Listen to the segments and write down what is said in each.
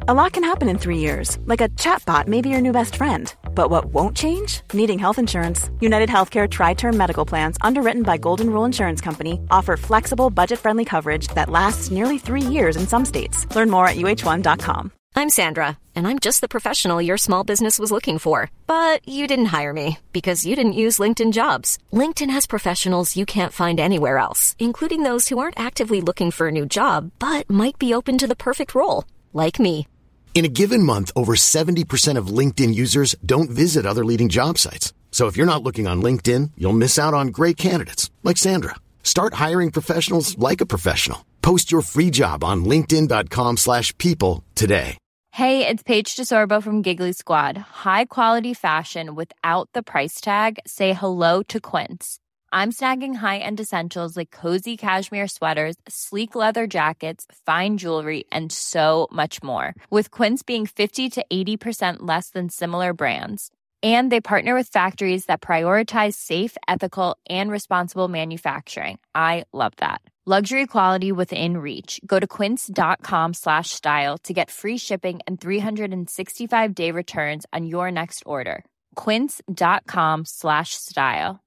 A lot can happen in 3 years, like a chatbot may be your new best friend. But what won't change? Needing health insurance. United Healthcare Tri-Term Medical Plans, underwritten by Golden Rule Insurance Company, offer flexible, budget-friendly coverage that lasts nearly 3 years in some states. Learn more at uh1.com. I'm Sandra, and I'm just the professional your small business was looking for. But you didn't hire me because you didn't use LinkedIn Jobs. LinkedIn has professionals you can't find anywhere else, including those who aren't actively looking for a new job, but might be open to the perfect role, like me. In a given month, over 70% of LinkedIn users don't visit other leading job sites. So if you're not looking on LinkedIn, you'll miss out on great candidates like Sandra. Start hiring professionals like a professional. Post your free job on linkedin.com/people today. Hey, it's Paige DeSorbo from Giggly Squad. High quality fashion without the price tag. Say hello to Quince. I'm snagging high-end essentials like cozy cashmere sweaters, sleek leather jackets, fine jewelry, and so much more. With Quince being 50 to 80% less than similar brands. And they partner with factories that prioritize safe, ethical, and responsible manufacturing. I love that. Luxury quality within reach. Go to quince.com/style to get free shipping and 365-day returns on your next order. Quince.com/style.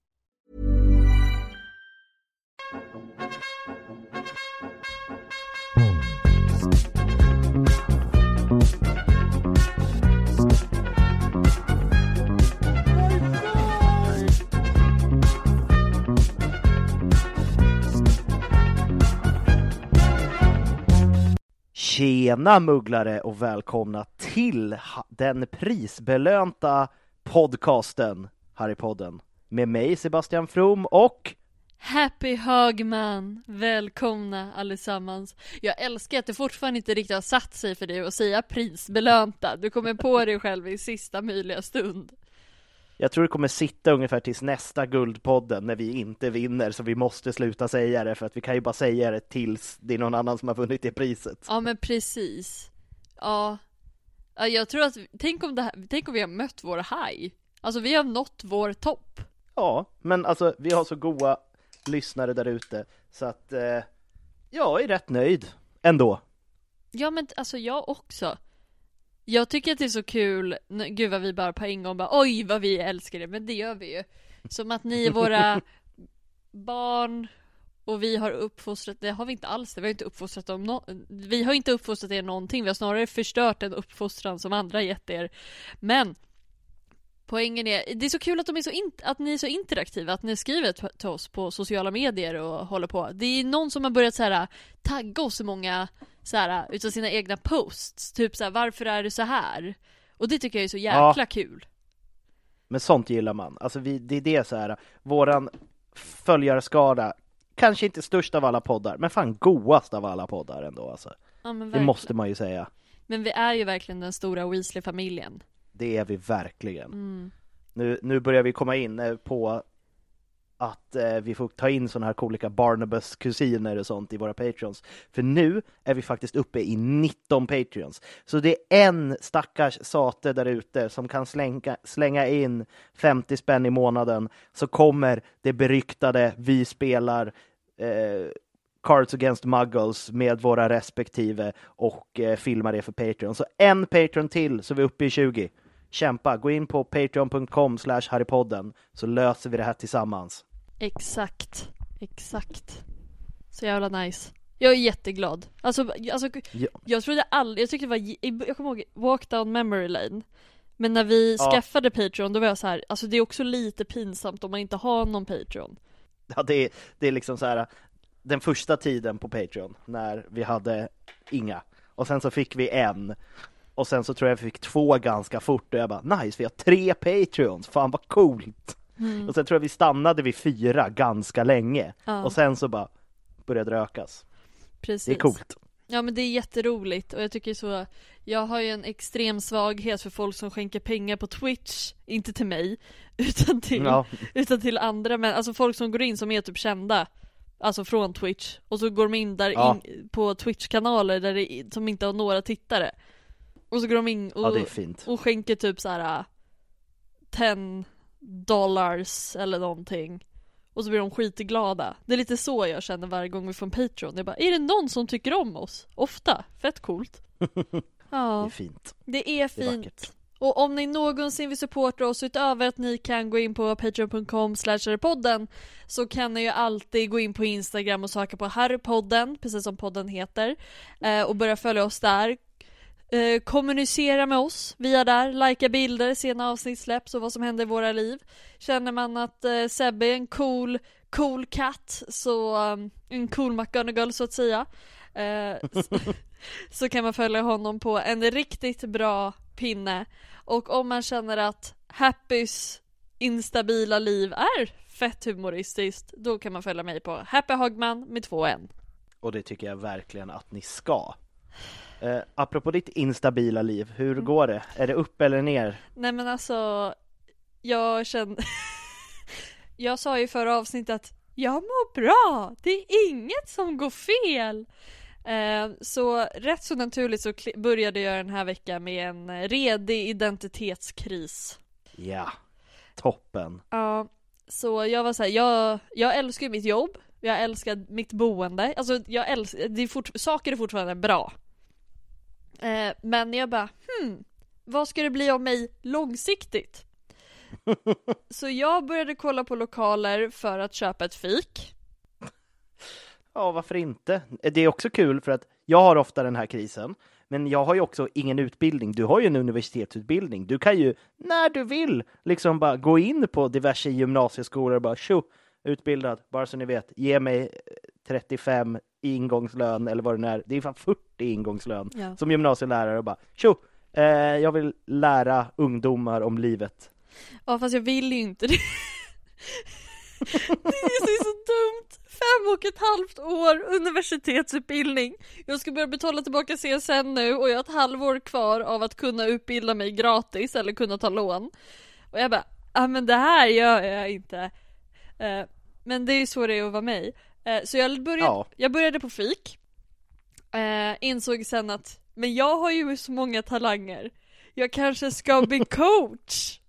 Tjena mugglare och välkomna till den prisbelönta podcasten Harrypodden med mig Sebastian From och Happy Högman. Välkomna allesammans. Jag älskar att det fortfarande inte riktigt har satt sig för dig att säga prisbelönta. Du kommer på dig själv i sista möjliga stund. Jag tror det kommer sitta ungefär tills nästa Guldpodden när vi inte vinner, så vi måste sluta säga det, för att vi kan ju bara säga det tills det är någon annan som har vunnit det priset. Ja, men precis. Ja, jag tror att tänk om vi har mött vår high. Alltså vi har nått vår topp. Ja, men alltså vi har så goda lyssnare där ute så att jag är rätt nöjd ändå. Ja, men alltså jag också. Jag tycker att det är så kul. Gud vad vi bara på en gång bara, oj vad vi älskar det. Men det gör vi ju. Som att ni är våra barn. Och vi har uppfostrat, det har vi inte alls. Vi har inte uppfostrat dem vi har inte uppfostrat er någonting. Vi har snarare förstört den uppfostran som andra gett er. Men poängen är, det är så kul att att ni är så interaktiva. Att ni skriver till oss på sociala medier och håller på. Det är någon som har börjat så här tagga oss i många så här utav sina egna posts. Typ så här, varför är det så här? Och det tycker jag är så jäkla kul. Men sånt gillar man. Alltså det är det så här. Våran följarskara, kanske inte störst av alla poddar, men fan godast av alla poddar ändå alltså. Ja, det måste man ju säga. Men vi är ju verkligen den stora Weasley-familjen. Det är vi verkligen. Nu börjar vi komma in på att vi får ta in såna här olika Barnabas-kusiner och sånt i våra Patreons. För nu är vi faktiskt uppe i 19 Patreons. Så det är en stackars sate där ute som kan slänga in 50 spänn i månaden, så kommer det beryktade vi spelar Cards Against Muggles med våra respektive och filmar det för Patreon. Så en Patreon till så vi är uppe i 20. Kämpa, gå in på patreon.com/harrypodden så löser vi det här tillsammans. Exakt. Så jävla nice. Jag är jätteglad. Alltså jag trodde aldrig, jag tyckte det var, jag kommer ihåg Walk Down Memory Lane. Men när vi skaffade Patreon, då var jag så här, alltså det är också lite pinsamt om man inte har någon Patreon. Ja, det är liksom så här den första tiden på Patreon när vi hade inga. Och sen så fick vi en. Och sen så tror jag vi fick 2 ganska fort. Och jag bara, nice, vi har 3 Patreons. Fan vad coolt. Och sen tror jag vi stannade vid 4 ganska länge. Och sen så bara började rökas. Precis. Det är coolt. Ja, men det är jätteroligt. Och jag tycker så, jag har ju en extrem svaghet för folk som skänker pengar på Twitch. Inte till mig, utan till andra. Men alltså folk som går in som är typ kända. Alltså från Twitch. Och så går de in där in på Twitch-kanaler där som inte har några tittare. Och så går de in och skänker typ så här $10 eller någonting. Och så blir de skitglada. Det är lite så jag känner varje gång vi får en Patreon. Jag bara, är det någon som tycker om oss? Ofta. Fett coolt. Ja, Det är fint. det är Det är fint. vackert. Och om ni någonsin vill supporta oss utöver att ni kan gå in på patreon.com/Harrypodden, så kan ni ju alltid gå in på Instagram och söka på Harrypodden, precis som podden heter, och börja följa oss där. Kommunicera med oss via där, likea bilder, se när avsnitt släpps och vad som händer i våra liv. Känner man att Sebbe är en cool katt, så en cool McGonagall så att säga, så kan man följa honom på en riktigt bra pinne. Och om man känner att Happys instabila liv är fett humoristiskt, då kan man följa mig på Happy Hagman med 2 N. Och det tycker jag verkligen att ni ska. Apropå ditt instabila liv, hur går det? Är det upp eller ner? Nej men alltså, jag kände jag sa ju i förra avsnittet att jag mår bra, det är inget som går fel. Så rätt så naturligt så började jag den här veckan med en redig identitetskris. Ja, toppen. Ja, så jag var så här, jag älskar ju mitt jobb, jag älskar mitt boende, alltså jag älskar, saker är fortfarande bra. Men jag bara, vad ska det bli av mig långsiktigt? Så jag började kolla på lokaler för att köpa ett fik. Ja, varför inte? Det är också kul för att jag har ofta den här krisen, men jag har ju också ingen utbildning. Du har ju en universitetsutbildning. Du kan ju, när du vill, liksom bara gå in på diverse gymnasieskolor och bara, utbildad, bara så ni vet, ge mig 35 i ingångslön eller vad det är. Det är fan 40 ingångslön som gymnasielärare och bara, jag vill lära ungdomar om livet. Ja, fast jag vill ju inte det. Det är så dumt. 5,5 år universitetsutbildning. Jag ska börja betala tillbaka CSN nu och jag har ett halvår kvar av att kunna utbilda mig gratis eller kunna ta lån. Och jag bara, men det här gör jag inte. Men det är ju så det är att vara mig. Så jag började på fik. Insåg sen att, men jag har ju så många talanger. Jag kanske ska bli coach.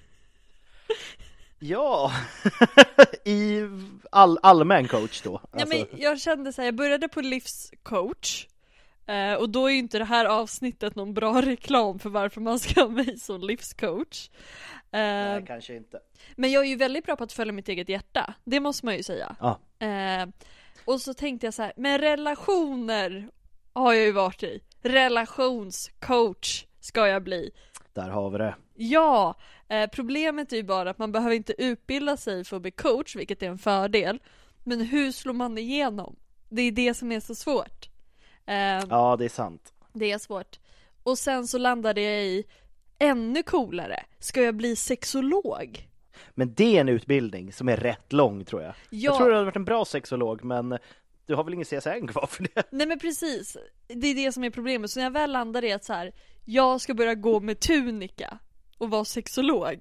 Ja, i allmän coach då. Ja, men jag kände så här, jag började på livscoach. Och då är ju inte det här avsnittet någon bra reklam för varför man ska ha mig som livscoach. Nej, kanske inte. Men jag är ju väldigt bra på att följa mitt eget hjärta. Det måste man ju säga. Ja. Och så tänkte jag så här, men relationer har jag ju varit i. Relationscoach ska jag bli. Där har vi det. Ja, problemet är ju bara att man behöver inte utbilda sig för att bli coach, vilket är en fördel. Men hur slår man igenom? Det är det som är så svårt. Ja, det är sant. Det är svårt. Och sen så landade jag i, ännu coolare, ska jag bli sexolog? Men det är en utbildning som är rätt lång, tror jag. Ja. Jag tror du hade varit en bra sexolog, men du har väl ingen CSN kvar för det? Nej men precis, det är det som är problemet. Så när jag väl landade i att så här, jag ska börja gå med tunika och vara sexolog,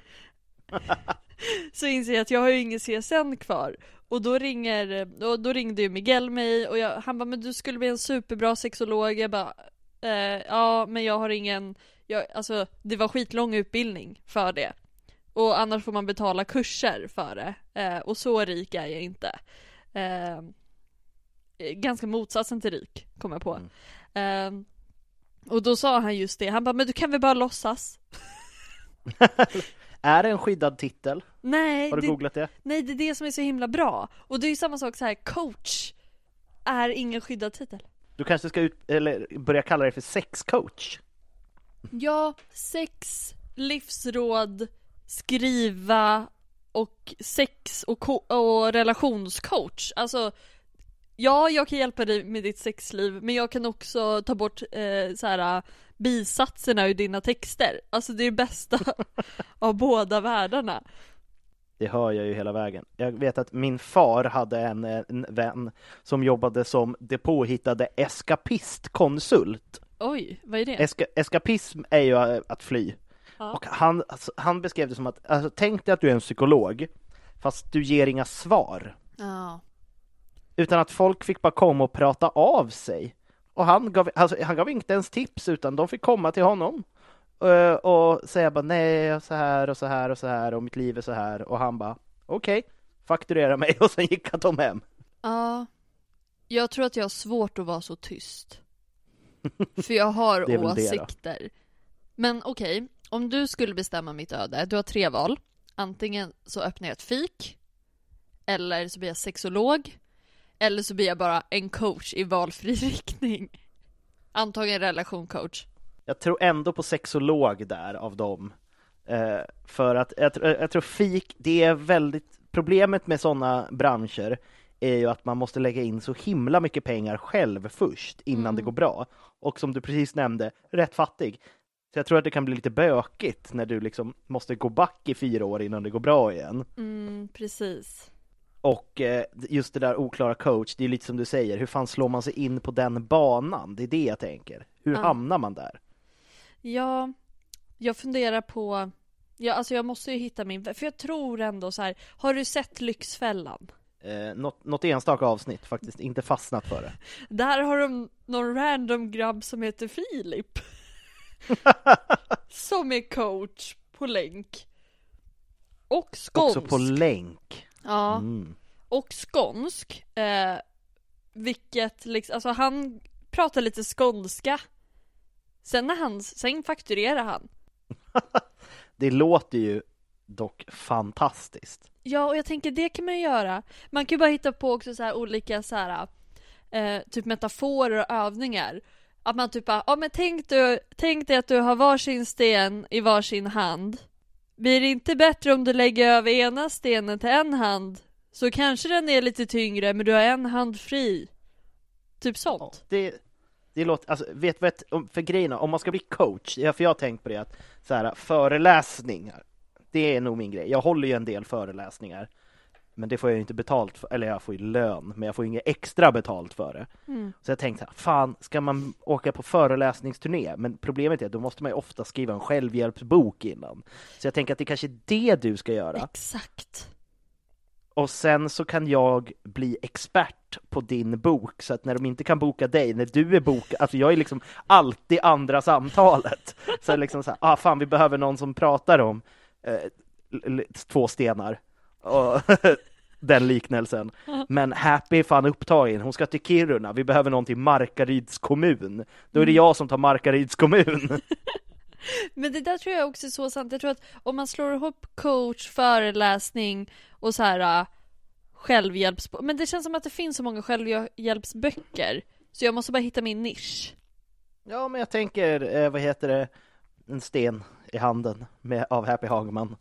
så inser jag att jag har ju ingen CSN kvar. Och då ringde ju Miguel mig och han bara, men du skulle bli en superbra sexolog. Jag bara, ja men jag har ingen, alltså det var skitlång utbildning för det. Och annars får man betala kurser för det. Och så rik är jag inte. Ganska motsatsen till rik, kom jag på. Och då sa han just det. Han bara, men du kan väl bara låtsas. Är det en skyddad titel? Nej. Har du googlat det? Nej, det är det som är så himla bra. Och det är ju samma sak så här, coach är ingen skyddad titel. Du kanske ska börja kalla det för sexcoach. Ja, sex, livsråd, skriva och sex och relationscoach. Alltså, ja, jag kan hjälpa dig med ditt sexliv, men jag kan också ta bort så här bisatserna ur dina texter. Alltså det är det bästa av båda världarna. Det hör jag ju hela vägen. Jag vet att min far hade en vän som jobbade som det påhittade eskapistkonsult. Oj, vad är det? Eskapism är ju att fly. Ja. Och han beskrev det som att, alltså, tänk dig att du är en psykolog, fast du ger inga svar. Ja. Utan att folk fick bara komma och prata av sig. Och han gav inte ens tips, utan de fick komma till honom och säga bara, nej, så här och så här och så här, och mitt liv är så här. Och han bara, okej, fakturera mig. Och sen gick han hem. Ja, jag tror att jag har svårt att vara så tyst. För jag har Det är väl det då. åsikter. Men okej, om du skulle bestämma mitt öde, du har 3 val. Antingen så öppnar jag ett fik, eller så blir jag sexolog, eller så blir jag bara en coach i valfri riktning. Antagligen relationcoach. Jag tror ändå på sexolog där av dem. För att jag tror fik, det är väldigt... Problemet med sådana branscher är ju att man måste lägga in så himla mycket pengar själv först innan det går bra. Och som du precis nämnde, rätt fattig. Så jag tror att det kan bli lite bökigt när du liksom måste gå back i 4 år innan det går bra igen. Precis. Och just det där oklara coach, det är lite som du säger, hur fan slår man sig in på den banan? Det är det jag tänker. Hur hamnar man där? Ja, jag funderar på... Ja, alltså jag måste ju hitta min... För jag tror ändå så här... Har du sett Lyxfällan? Något enstaka avsnitt, faktiskt inte fastnat för det. Där har de någon random grabb som heter Filip. Som är coach på länk. Och skånsk. Också på länk. Ja. Och skånsk. Vilket liksom... Alltså han pratar lite skånska. Sen fakturerar han. Det låter ju dock fantastiskt. Ja, och jag tänker det kan man ju göra. Man kan ju bara hitta på också så här olika så här, typ metaforer och övningar. Att man typ bara, men tänk dig att du har varsin sten i varsin hand. Blir det inte bättre om du lägger över ena stenen till en hand? Så kanske den är lite tyngre, men du har en hand fri. Typ sånt. Ja, det låter, alltså, vet för grejerna, om man ska bli coach, för jag har tänkt på det att så här, föreläsningar, det är nog min grej. Jag håller ju en del föreläsningar, men det får jag ju inte betalt för, eller jag får ju lön, men jag får ju inget extra betalt för det. Så jag tänkte, fan, ska man åka på föreläsningsturné? Men problemet är att då måste man ju ofta skriva en självhjälpsbok innan. Så jag tänker att det kanske är det du ska göra. Exakt. Och sen så kan jag bli expert på din bok, så att när de inte kan boka dig, när du är bokad, alltså jag är liksom alltid andra samtalet. Så liksom så här, fan, vi behöver någon som pratar om 2 stenar och den liknelsen. Men Happy är fan upptagen, hon ska till Kiruna, vi behöver någon till Markaryds kommun. Då är det jag som tar Markaryds kommun. Men det där tror jag också är så sant. Jag tror att om man slår ihop coach, föreläsning och så här självhjälpsböcker. Men det känns som att det finns så många självhjälpsböcker. Så jag måste bara hitta min nisch. Ja, men jag tänker, vad heter det? En sten i handen av Happy Hagman.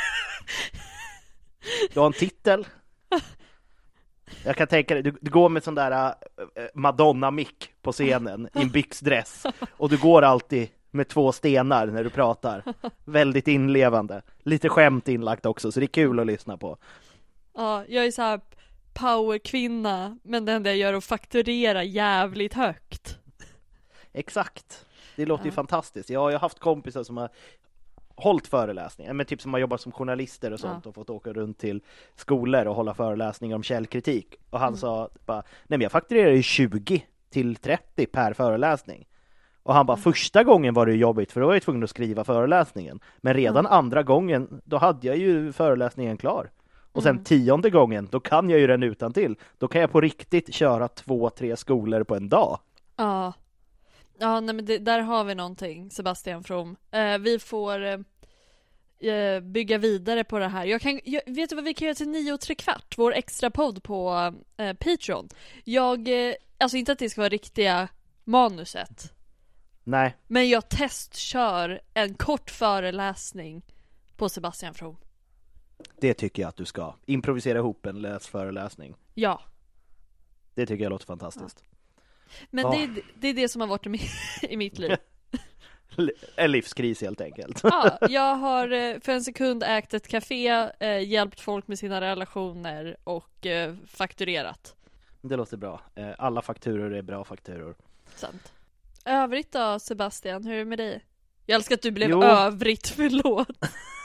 Du har en titel. Jag kan tänka dig, du går med sån där Madonna-mick på scenen i en byxdress. Och du går alltid med 2 stenar när du pratar. Väldigt inlevande. Lite skämt inlagt också, så det är kul att lyssna på. Ja, jag är så här powerkvinna, men det enda jag gör är att fakturera jävligt högt. Exakt. Det låter ju fantastiskt. Jag har haft kompisar som har hållit föreläsningar, men typ som har jobbat som journalister och sånt och fått åka runt till skolor och hålla föreläsningar om källkritik. Och han sa bara, nej men jag fakturerar ju 20 till 30 per föreläsning. Och han bara, första gången var det jobbigt för då var jag tvungen att skriva föreläsningen. Men redan andra gången, då hade jag ju föreläsningen klar. Och sen 10:e gången, då kan jag ju den utan till. Då kan jag på riktigt köra 2-3 skolor på en dag. Ja. Ja, nej men där har vi någonting, Sebastian From. Vi får bygga vidare på det här. Vet du vad vi kan göra till 9:75? Vår extra podd på Patreon. Alltså inte att det ska vara riktiga manuset. Nej. Men jag testkör en kort föreläsning på Sebastian From. Det tycker jag att du ska. Improvisera ihop en läsföreläsning. Ja. Det tycker jag låter fantastiskt. Ja. Men det är det som har varit i mitt liv. En livskris helt enkelt. Ja, jag har för en sekund ägt ett café, hjälpt folk med sina relationer och fakturerat. Det låter bra. Alla fakturor är bra fakturor. Sant. Övrigt då, Sebastian, hur är det med dig? Jag älskar att du blev övrigt, förlåt.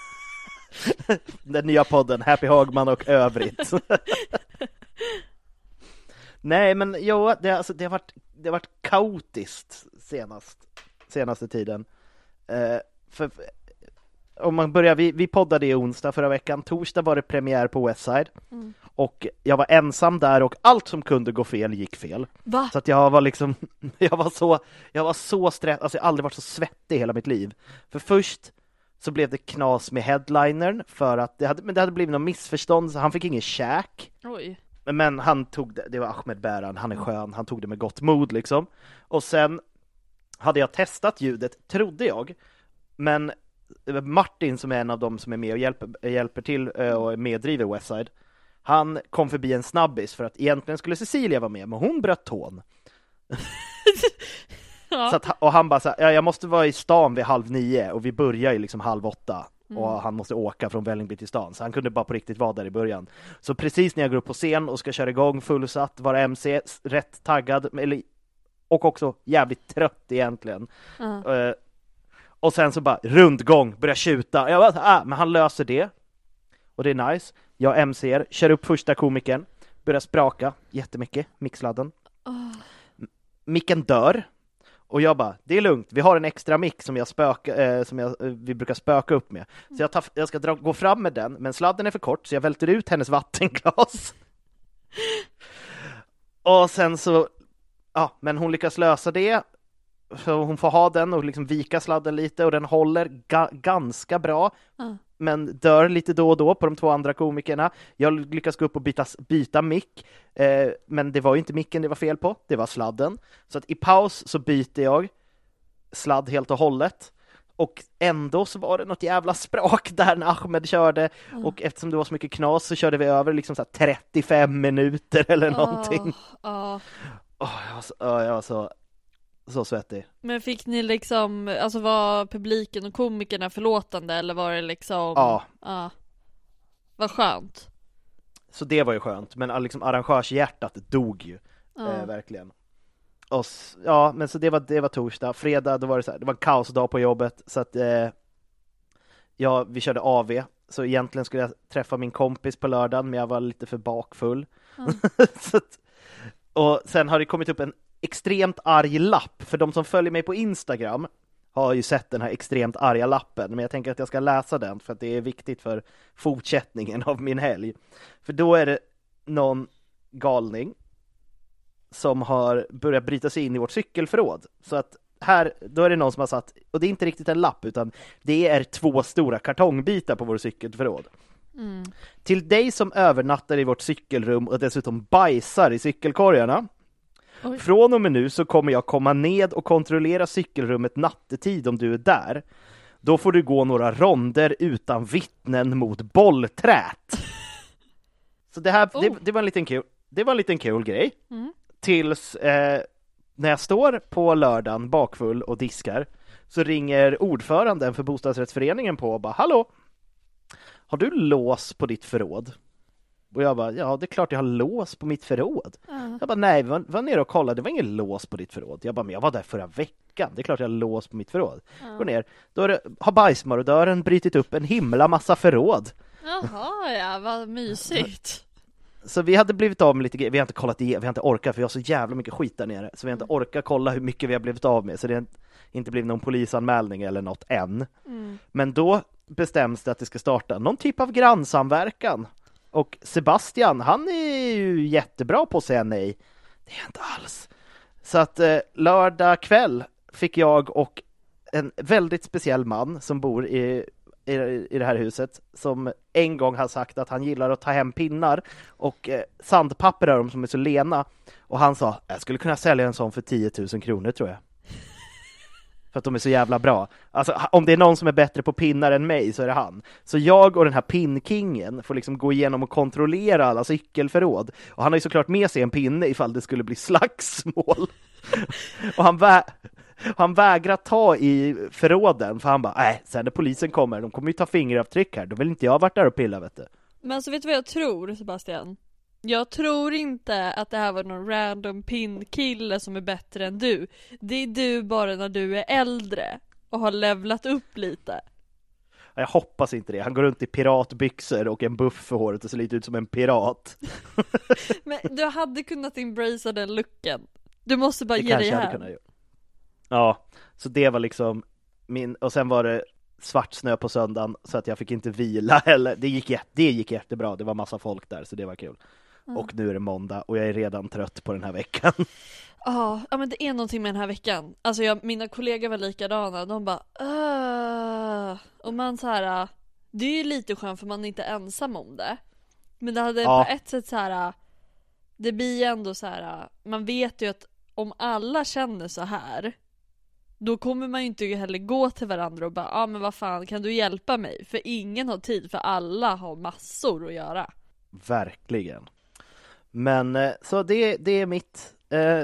Den nya podden, Happy Hagman och övrigt. Nej, men det har varit kaotiskt senaste tiden. om man börjar, vi poddade i onsdag förra veckan, torsdag var det premiär på Westside. Och jag var ensam där och allt som kunde gå fel gick fel. Va? Så att jag var liksom, jag var så stressad, alltså jag har aldrig varit så svettig i hela mitt liv. För först så blev det knas med headlinern för att det hade blivit något missförstånd, så han fick ingen käk. Oj. Men han tog det var Ahmed Bäran, han är skön, han tog det med gott mod liksom. Och sen hade jag testat ljudet, trodde jag, men Martin som är en av dem som är med och hjälper till och är meddriver Westside, han kom förbi en snabbis för att egentligen skulle Cecilia vara med, men hon bröt tån. Ja. Så att, och han bara så här, jag måste vara i stan vid 7:30 och vi börjar ju liksom 7:30 och han måste åka från Vällingby till stan, så han kunde bara på riktigt vara där i början. Så precis när jag går upp på scen och ska köra igång, fullsatt, vara MC, rätt taggad och också jävligt trött egentligen. Och sen så bara rundgång, börjar tjuta. Jag bara, men han löser det. Och det är nice. Jag MC:ar, kör upp första komikern, börjar spraka jättemycket, mixladden. Micken dör. Och jag bara, det är lugnt, vi har en extra mick som vi brukar spöka upp med. Så jag ska gå fram med den, men sladden är för kort så jag välter ut hennes vattenglas. Och sen så, men hon lyckas lösa det. Så hon får ha den och liksom vika sladden lite och den håller ganska bra. Men dör lite då och då på de två andra komikerna. Jag lyckas gå upp och byta mick. Men det var ju inte micken det var fel på. Det var sladden. Så att i paus så byter jag sladd helt och hållet. Och ändå så var det något jävla sprak där när Ahmed körde. Och eftersom det var så mycket knas så körde vi över liksom så här 35 minuter eller någonting. Jag var så svettig. Men fick ni liksom, alltså var publiken och komikerna förlåtande eller var det liksom? Ja. Vad skönt. Så det var ju skönt, men liksom arrangörshjärtat dog ju verkligen. Och men så det var torsdag, fredag då var det så här, det var en kaosdag på jobbet så att vi körde AV. Så egentligen skulle jag träffa min kompis på lördagen, men jag var lite för bakfull. Så och sen har det kommit upp en extremt arg lapp. För de som följer mig på Instagram har ju sett den här extremt arga lappen. Men jag tänker att jag ska läsa den för att det är viktigt för fortsättningen av min helg. För då är det någon galning som har börjat bryta sig in i vårt cykelförråd. Så att då är det någon som har satt, och det är inte riktigt en lapp utan det är 2 stora kartongbitar på vår cykelförråd. Till dig som övernattar i vårt cykelrum och dessutom bajsar i cykelkorgarna. Oj. Från och med nu så kommer jag komma ned och kontrollera cykelrummet nattetid om du är där. Då får du gå några ronder utan vittnen mot bollträt. Så det här, det var en liten kul grej. Tills när jag står på lördagen bakfull och diskar så ringer ordföranden för bostadsrättsföreningen på och bara, hallå, har du lås på ditt förråd? Och jag bara, ja det är klart jag har lås på mitt förråd. Jag bara, nej, var nere och kolla, det var ingen lås på ditt förråd. Jag bara, men jag var där förra veckan, det är klart jag har lås på mitt förråd. Gå ner, då har bajsmarodören brytit upp en himla massa förråd. Jaha, ja, vad mysigt. Så vi hade blivit av med lite grejer, vi har inte kollat igen, vi har inte orkat för vi har så jävla mycket skit där nere. Så vi har inte orkat kolla hur mycket vi har blivit av med, så det har inte blivit någon polisanmälning eller något än. Men då bestäms det att det ska starta någon typ av grannsamverkan. Och Sebastian, han är ju jättebra på att säga nej. Det är inte alls. Så att lördag kväll fick jag och en väldigt speciell man som bor i det här huset, som en gång har sagt att han gillar att ta hem pinnar och sandpapper är de som är så lena. Och han sa, jag skulle kunna sälja en sån för 10 000 kronor tror jag. För att de är så jävla bra. Alltså om det är någon som är bättre på pinnar än mig så är det han. Så jag och den här pinnkingen får liksom gå igenom och kontrollera alla cykelförråd. Och han har ju såklart med sig en pinne ifall det skulle bli slagsmål. Och han vägrar ta i förråden för han bara, nej, sen när polisen kommer, de kommer ju ta fingeravtryck här. Då vill inte jag varit där och pilla, vet du. Men alltså vet du vad jag tror, Sebastian? Jag tror inte att det här var någon random pinnkille som är bättre än du. Det är du bara när du är äldre och har levlat upp lite. Jag hoppas inte det. Han går runt i piratbyxor och en buff för håret och ser lite ut som en pirat. Men du hade kunnat embracea den looken. Du måste bara det ge dig här. Ja, så det var liksom och sen var det svart snö på söndagen så att jag fick inte vila heller. Det gick jättebra, det var massa folk där så det var kul. Och nu är det måndag och jag är redan trött på den här veckan. Ja, men det är någonting med den här veckan. Alltså mina kollegor var likadana. De bara och man så här, det är ju lite skönt för man är inte ensam om det. Men det hade på ett sätt så här, det blir ändå så här, man vet ju att om alla känner så här, då kommer man ju inte heller gå till varandra och bara men vad fan, kan du hjälpa mig? För ingen har tid, för alla har massor att göra. Verkligen. Men så det är mitt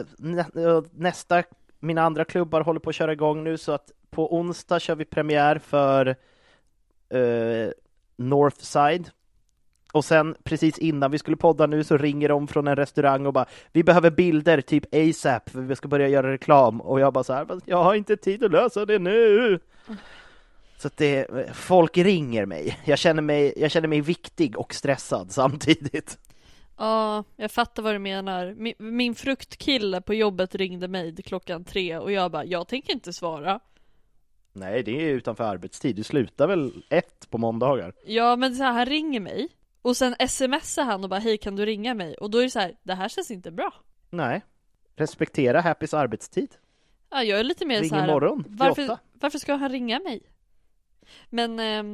mina andra klubbar håller på att köra igång nu, så att på onsdag kör vi premiär för Northside. Och sen precis innan vi skulle podda nu så ringer de från en restaurang och bara, vi behöver bilder typ ASAP för vi ska börja göra reklam. Och jag bara så här, jag har inte tid att lösa det nu. Så att folk ringer mig. Jag känner mig viktig och stressad samtidigt. Ja, jag fattar vad du menar. Min fruktkille på jobbet ringde mig 3:00 och jag bara, jag tänker inte svara. Nej, det är utanför arbetstid. Du slutar väl 1 på måndagar? Ja, men så här, han ringer mig och sen smsar han och bara, hej, kan du ringa mig? Och då är det så här, det här känns inte bra. Nej, respektera Happys arbetstid. Ja, jag är lite mer så här, imorgon, varför ska han ringa mig? Men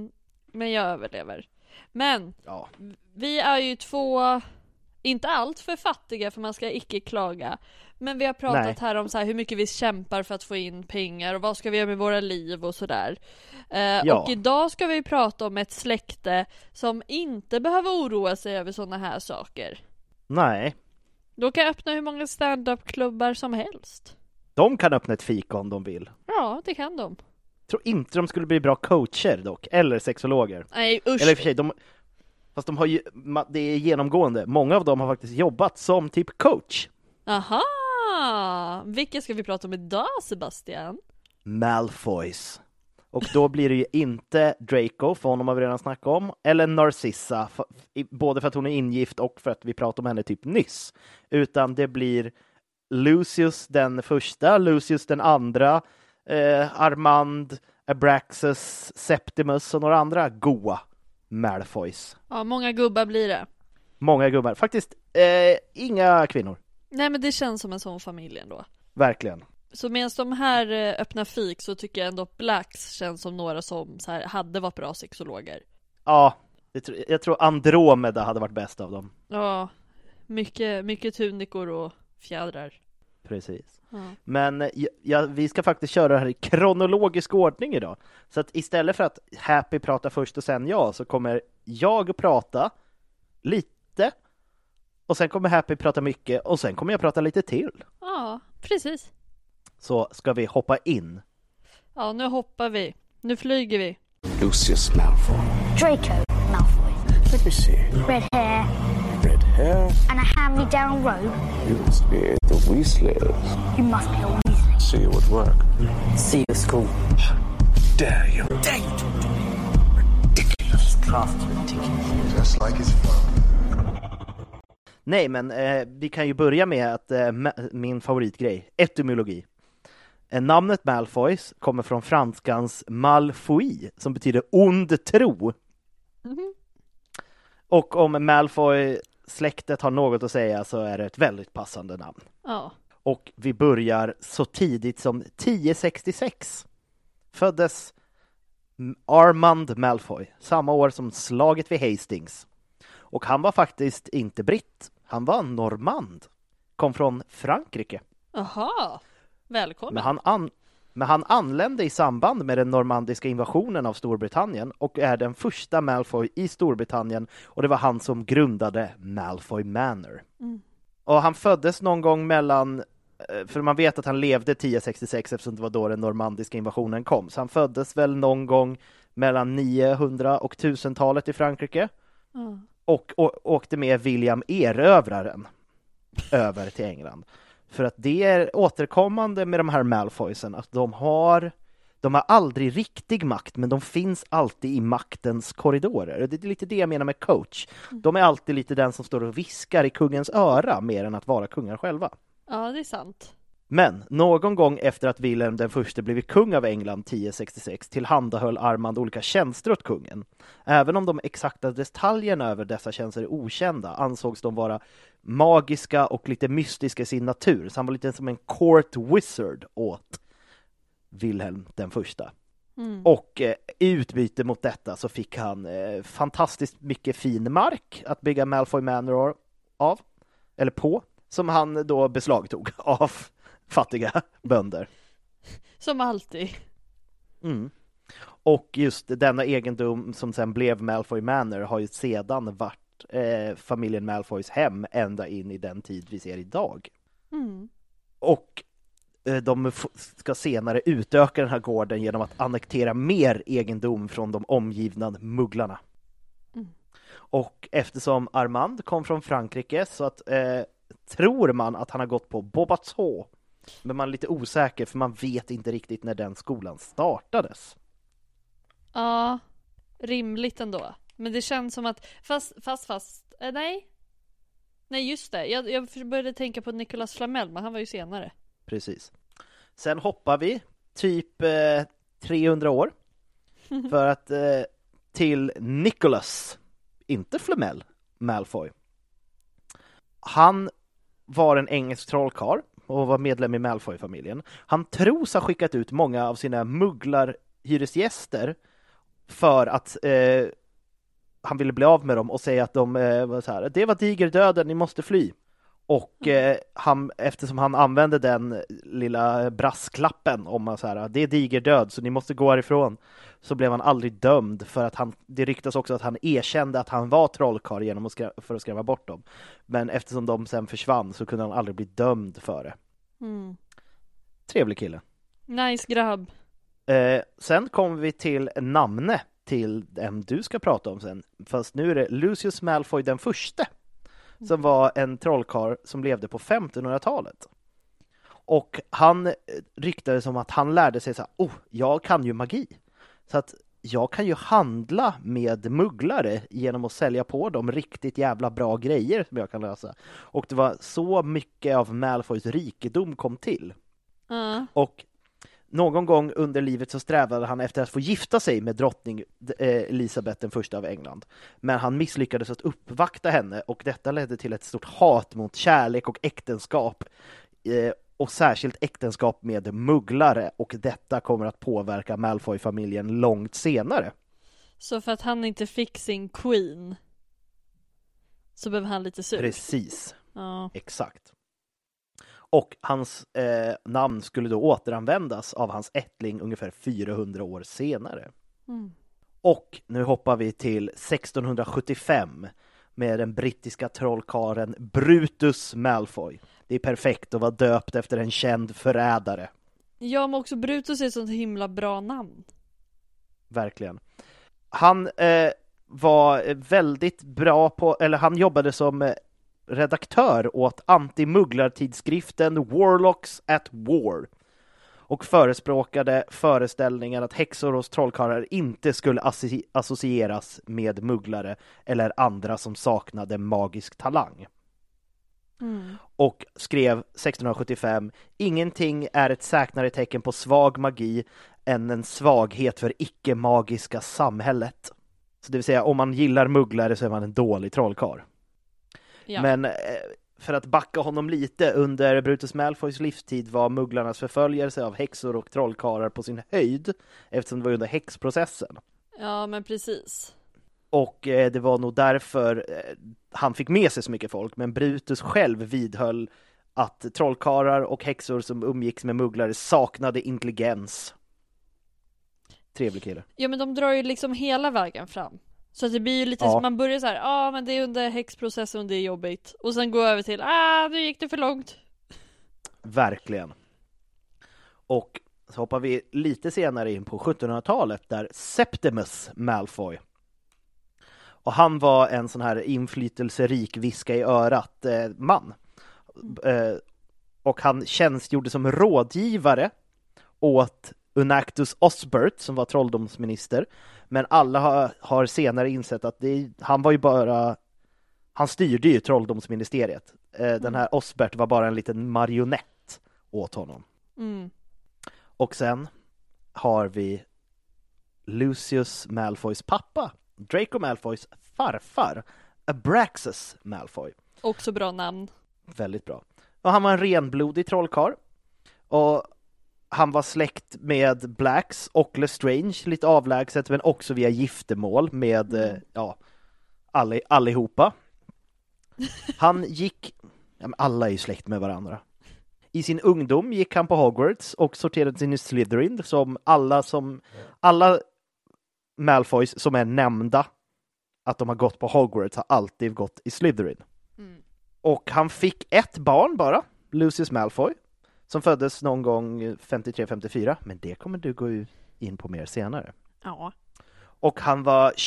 jag överlever. Men vi är ju 2, inte allt för fattiga, för man ska icke klaga. Men vi har pratat här om så här, hur mycket vi kämpar för att få in pengar och vad ska vi göra med våra liv och sådär. Och idag ska vi prata om ett släkte som inte behöver oroa sig över sådana här saker. Nej. De kan öppna hur många stand-up-klubbar som helst. De kan öppna ett fika om de vill. Ja, det kan de. Tror inte de skulle bli bra coacher dock, eller sexologer. Nej, usch. Eller i och för sig, fast de har ju, det är genomgående. Många av dem har faktiskt jobbat som typ coach. Aha! Vilka ska vi prata om idag, Sebastian? Malfoys. Och då blir det ju inte Draco, för honom har vi redan snackat om, eller Narcissa, både för att hon är ingift och för att vi pratade om henne typ nyss. Utan det blir Lucius den första, Lucius den andra, Armand, Abraxas, Septimus och några andra goa Malfoys. Ja, många gubbar blir det. Många gubbar. Faktiskt inga kvinnor. Nej, men det känns som en sån familj ändå. Verkligen. Så medan de här öppnar fik så tycker jag ändå att Blacks känns som några som så här hade varit bra sexologer. Ja, jag tror Andromeda hade varit bäst av dem. Ja, mycket tunikor och fjädrar. Precis. Ja. Men vi ska faktiskt köra det här i kronologisk ordning idag. Så att istället för att Happy pratar först och sen jag, så kommer jag prata lite. Och sen kommer Happy prata mycket. Och sen kommer jag prata lite till. Ja, precis. Så ska vi hoppa in. Ja, nu hoppar vi. Nu flyger vi. Lucius Malfoy. Draco Malfoy. Let me see. Red hair Red hair. and a hand-me-down robe. You must be the Weasleys. You must be a Weasley. See you at work. See you at school. Dare you? Dare you talk to me? Ridiculous. Craft ridiculous. Just like his father. Nej, men vi kan ju börja med att min favoritgrej, etymologi. Namnet Malfoys kommer från franskans malfoy, som betyder ond tro. Mm-hmm. Och om Malfoy-släktet har något att säga så är det ett väldigt passande namn. Ja. Och vi börjar så tidigt som 1066. Föddes Armand Malfoy, samma år som slaget vid Hastings. Och han var faktiskt inte britt, han var normand. Kom från Frankrike. Aha, välkommen. Men han anlände i samband med den normandiska invasionen av Storbritannien och är den första Malfoy i Storbritannien, och det var han som grundade Malfoy Manor. Mm. Och han föddes någon gång mellan, för man vet att han levde 1066 eftersom det var då den normandiska invasionen kom. Så han föddes väl någon gång mellan 900 och 1000-talet i Frankrike. Mm. Och åkte med William Erövraren över till England. För att det är återkommande med de här Malfoysen, att de har aldrig riktig makt, men de finns alltid i maktens korridorer. Det är lite det jag menar med coach. De är alltid lite den som står och viskar i kungens öra mer än att vara kungar själva. Ja, det är sant. Men någon gång efter att Wilhelm den förste blivit kung av England 1066 tillhandahöll Armand olika tjänster åt kungen. Även om de exakta detaljerna över dessa tjänster är okända ansågs de vara magiska och lite mystiska i sin natur. Så han var lite som en court wizard åt Wilhelm den första. Och i utbyte mot detta så fick han fantastiskt mycket fin mark att bygga Malfoy Manor av, eller på, som han då beslagtog av fattiga bönder. Som alltid. Och just denna egendom som sen blev Malfoy Manor har ju sedan varit familjen Malfoys hem ända in i den tid vi ser idag. Och de ska senare utöka den här gården genom att annektera mer egendom från de omgivna mugglarna. Och eftersom Armand kom från Frankrike så att tror man att han har gått på Beauxbatons. Men man är lite osäker för man vet inte riktigt när den skolan startades. Ja, rimligt ändå. Men det känns som att nej just det. Jag började tänka på Nicolas Flamel, men han var ju senare. Precis. Sen hoppar vi typ 300 år för att till Nicholas, inte Flamel, Malfoy. Han var en engelsk trollkarl och var medlem i Malfoy-familjen. Han tros ha skickat ut många av sina mugglarhyresgäster för att han ville bli av med dem och säga att de var så här: det var digerdöden, ni måste fly. Och eftersom han använde den lilla brasklappen om att så här, det är digerdöd så ni måste gå härifrån, så blev han aldrig dömd för att det ryktas också att han erkände att han var trollkarl genom för att skrämma bort dem. Men eftersom de sen försvann så kunde han aldrig bli dömd för det. Trevlig kille. Nice grabb. Sen kommer vi till namnet till den du ska prata om sen. Fast nu är det Lucius Malfoy den förste. Som var en trollkarl som levde på 1500-talet. Och han ryktades som att han lärde sig så här: jag kan ju magi. Så att jag kan ju handla med mugglare genom att sälja på dem riktigt jävla bra grejer som jag kan lösa. Och det var så mycket av Malfoys rikedom kom till. Och någon gång under livet så strävade han efter att få gifta sig med drottning Elisabeth den första av England. Men han misslyckades att uppvakta henne och detta ledde till ett stort hat mot kärlek och äktenskap. Och särskilt äktenskap med mugglare, och detta kommer att påverka Malfoy-familjen långt senare. Så för att han inte fick sin queen så blev han lite sur. Precis, ja. Exakt. Och hans namn skulle då återanvändas av hans ättling ungefär 400 år senare. Och nu hoppar vi till 1675 med den brittiska trollkaren Brutus Malfoy. Det är perfekt att vara döpt efter en känd förrädare. Ja, men också Brutus är ett sånt himla bra namn. Verkligen. Han var väldigt bra på, eller han jobbade som redaktör åt anti-mugglartidskriften Warlocks at War och förespråkade föreställningen att häxor hos trollkarlar inte skulle associeras med mugglare eller andra som saknade magisk talang. Och skrev 1675: ingenting är ett säknare tecken på svag magi än en svaghet för icke-magiska samhället. Så det vill säga, om man gillar mugglare så är man en dålig trollkarl. Ja. Men för att backa honom lite, under Brutus Malfoys livstid var mugglarnas förföljelse av häxor och trollkarlar på sin höjd, eftersom det var under häxprocessen. Ja, men precis. Och det var nog därför han fick med sig så mycket folk, men Brutus själv vidhöll att trollkarlar och häxor som umgicks med mugglare saknade intelligens. Trevlig kille. Ja, men de drar ju liksom hela vägen fram. Så det blir ju lite som man börjar så här, men det är under häxprocessen och det är jobbigt. Och sen går över till, nu gick det för långt. Verkligen. Och så hoppar vi lite senare in på 1700-talet där Septimus Malfoy. Och han var en sån här inflytelserik viska i örat man. Och han tjänstgjorde som rådgivare åt Unactus Osbert som var trolldomsminister. Men alla har senare insett att han styrde ju trolldomsministeriet. Den här Osbert var bara en liten marionett åt honom. Mm. Och sen har vi Lucius Malfoys pappa, Draco Malfoys farfar, Abraxas Malfoy. Också bra namn. Väldigt bra. Och han var en renblodig trollkarl. Och han var släkt med Blacks och Lestrange, lite avlägset, men också via giftermål med allihopa. Han gick... Ja, men alla är ju släkt med varandra. I sin ungdom gick han på Hogwarts och sorterade sin i Slytherin, som alla Malfoys som är nämnda att de har gått på Hogwarts har alltid gått i Slytherin. Mm. Och han fick ett barn bara, Lucius Malfoy, som föddes någon gång 53-54, men det kommer du gå in på mer senare. Ja. Och han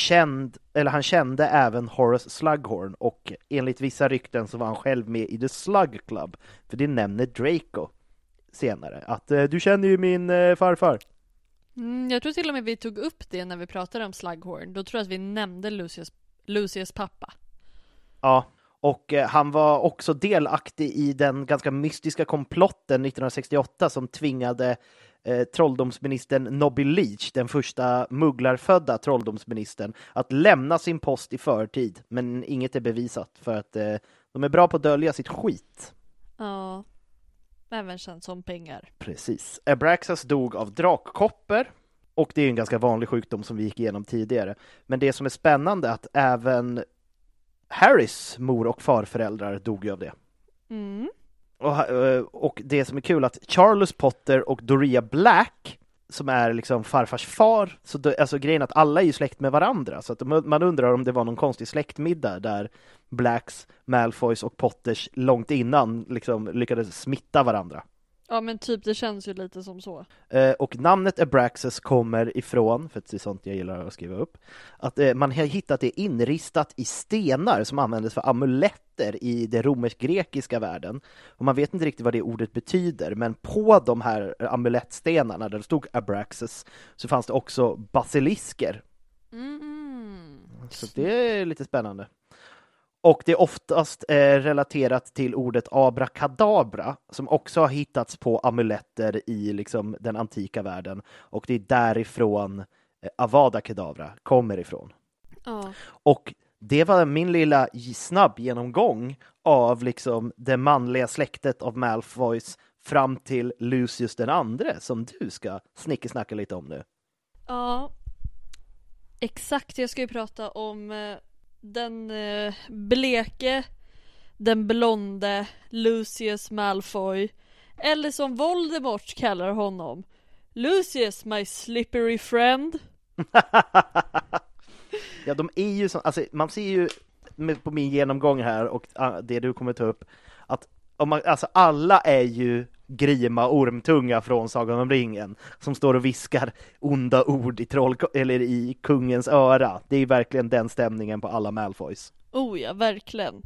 kände även Horace Slughorn, och enligt vissa rykten så var han själv med i The Slug Club, för det nämner Draco senare, att du känner ju min farfar. Jag tror till och med vi tog upp det när vi pratade om Slughorn. Då tror jag att vi nämnde Lucius pappa. Ja, och han var också delaktig i den ganska mystiska komplotten 1968 som tvingade trolldomsministern Nobby Leach, den första mugglarfödda trolldomsministern, att lämna sin post i förtid. Men inget är bevisat, för att de är bra på att dölja sitt skit. Ja, även känt som pengar. Precis. Abraxas dog av drakkopper, och det är en ganska vanlig sjukdom som vi gick igenom tidigare. Men det som är spännande är att även Harrys mor- och farföräldrar dog ju av det. Mm. Och det som är kul att Charles Potter och Doria Black, som är liksom farfars far, alltså grejen att alla är ju släkt med varandra, så att man undrar om det var någon konstig släktmiddag där Blacks, Malfoys och Potters långt innan liksom lyckades smitta varandra. Ja, men typ det känns ju lite som så. Och namnet Abraxas kommer ifrån, för att det är sånt jag gillar att skriva upp, att man har hittat det inristat i stenar som användes för amuletter i det romersk-grekiska världen. Och man vet inte riktigt vad det ordet betyder, men på de här amulettstenarna där det stod Abraxas så fanns det också basilisker. Så det är lite spännande. Och det är oftast relaterat till ordet abrakadabra, som också har hittats på amuletter i liksom den antika världen. Och det är därifrån Avada Kedavra kommer ifrån. Ja. Och det var min lilla snabb genomgång av liksom det manliga släktet av Malfoys fram till Lucius den andre, som du ska snickesnacka lite om nu. Ja, exakt. Jag ska ju prata om den bleke, den blonde Lucius Malfoy, eller som Voldemort kallar honom, Lucius, my slippery friend. Ja, de är ju så, alltså, man ser ju på min genomgång här och det du kommer ta upp, att alltså, alla är ju grima ormtunga från Sagan om ringen som står och viskar onda ord eller i kungens öra. Det är verkligen den stämningen på alla Malfoys. Oh ja, verkligen.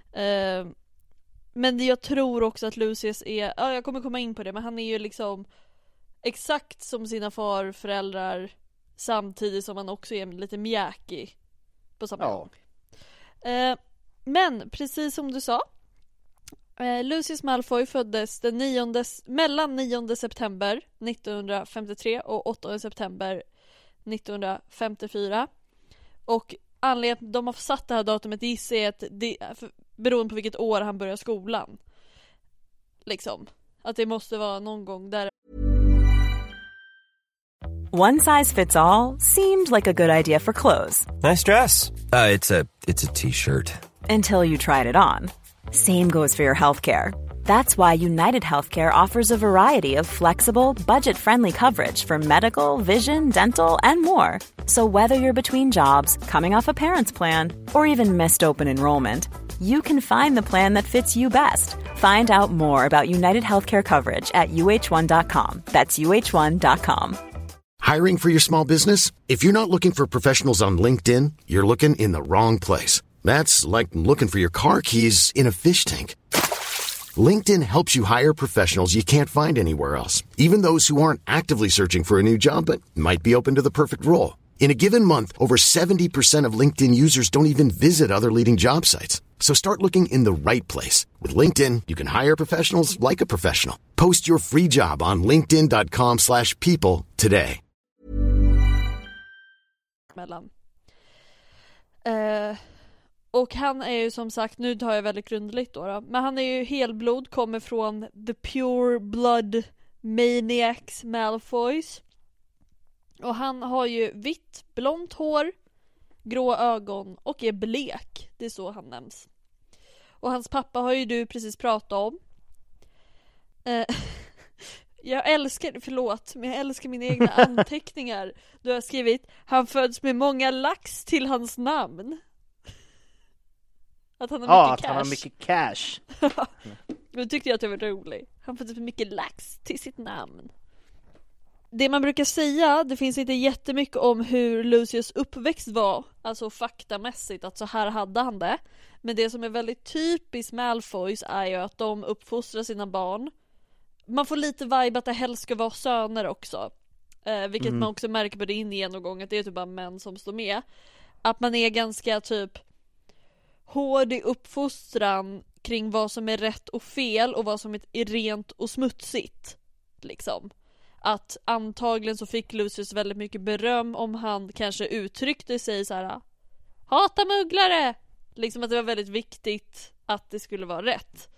Men jag tror också att Lucius är, ja, jag kommer komma in på det, men han är ju liksom exakt som sina farföräldrar, samtidigt som han också är lite mjäkig på samma gång. Men precis som du sa, Lucius Malfoy föddes mellan 9 september 1953 och 8 september 1954. Och anledningen de har satt det här datumet gissar är att beroende på vilket år han börjar skolan. Liksom. Att det måste vara någon gång där. One size fits all seemed like a good idea for clothes. Nice dress. It's a t-shirt. Until you tried it on. Same goes for your healthcare. That's why United Healthcare offers a variety of flexible, budget-friendly coverage for medical, vision, dental, and more. So whether you're between jobs, coming off a parent's plan, or even missed open enrollment, you can find the plan that fits you best. Find out more about United Healthcare coverage at uh1.com. That's uh1.com. Hiring for your small business? If you're not looking for professionals on LinkedIn, you're looking in the wrong place. That's like looking for your car keys in a fish tank. LinkedIn helps you hire professionals you can't find anywhere else, even those who aren't actively searching for a new job but might be open to the perfect role. In a given month, over 70% of LinkedIn users don't even visit other leading job sites. So start looking in the right place. With LinkedIn, you can hire professionals like a professional. Post your free job on linkedin.com/people today. Och han är ju som sagt, nu tar jag väldigt grundligt då, men han är ju helblod, kommer från the pure blood maniacs Malfoys. Och han har ju vitt, blont hår, grå ögon och är blek. Det är så han nämns. Och hans pappa har ju du precis pratat om. Jag älskar mina egna anteckningar. Du har skrivit, han föds med många lax till hans namn. Att han har mycket cash. Han har mycket cash. Då tyckte jag att det var roligt. Han föds med mycket lax till sitt namn. Det man brukar säga, det finns inte jättemycket om hur Lucius uppväxt var, alltså faktamässigt, att så här hade han det. Men det som är väldigt typiskt Malfoys är ju att de uppfostrar sina barn. Man får lite vibe att det helst ska vara söner också. Vilket man också märker på din genomgång, att det är typ bara män som står med. Att man är ganska typ hård i uppfostran kring vad som är rätt och fel och vad som är rent och smutsigt. Liksom. Att antagligen så fick Lucius väldigt mycket beröm om han kanske uttryckte sig så här: hata mugglare! Liksom att det var väldigt viktigt att det skulle vara rätt.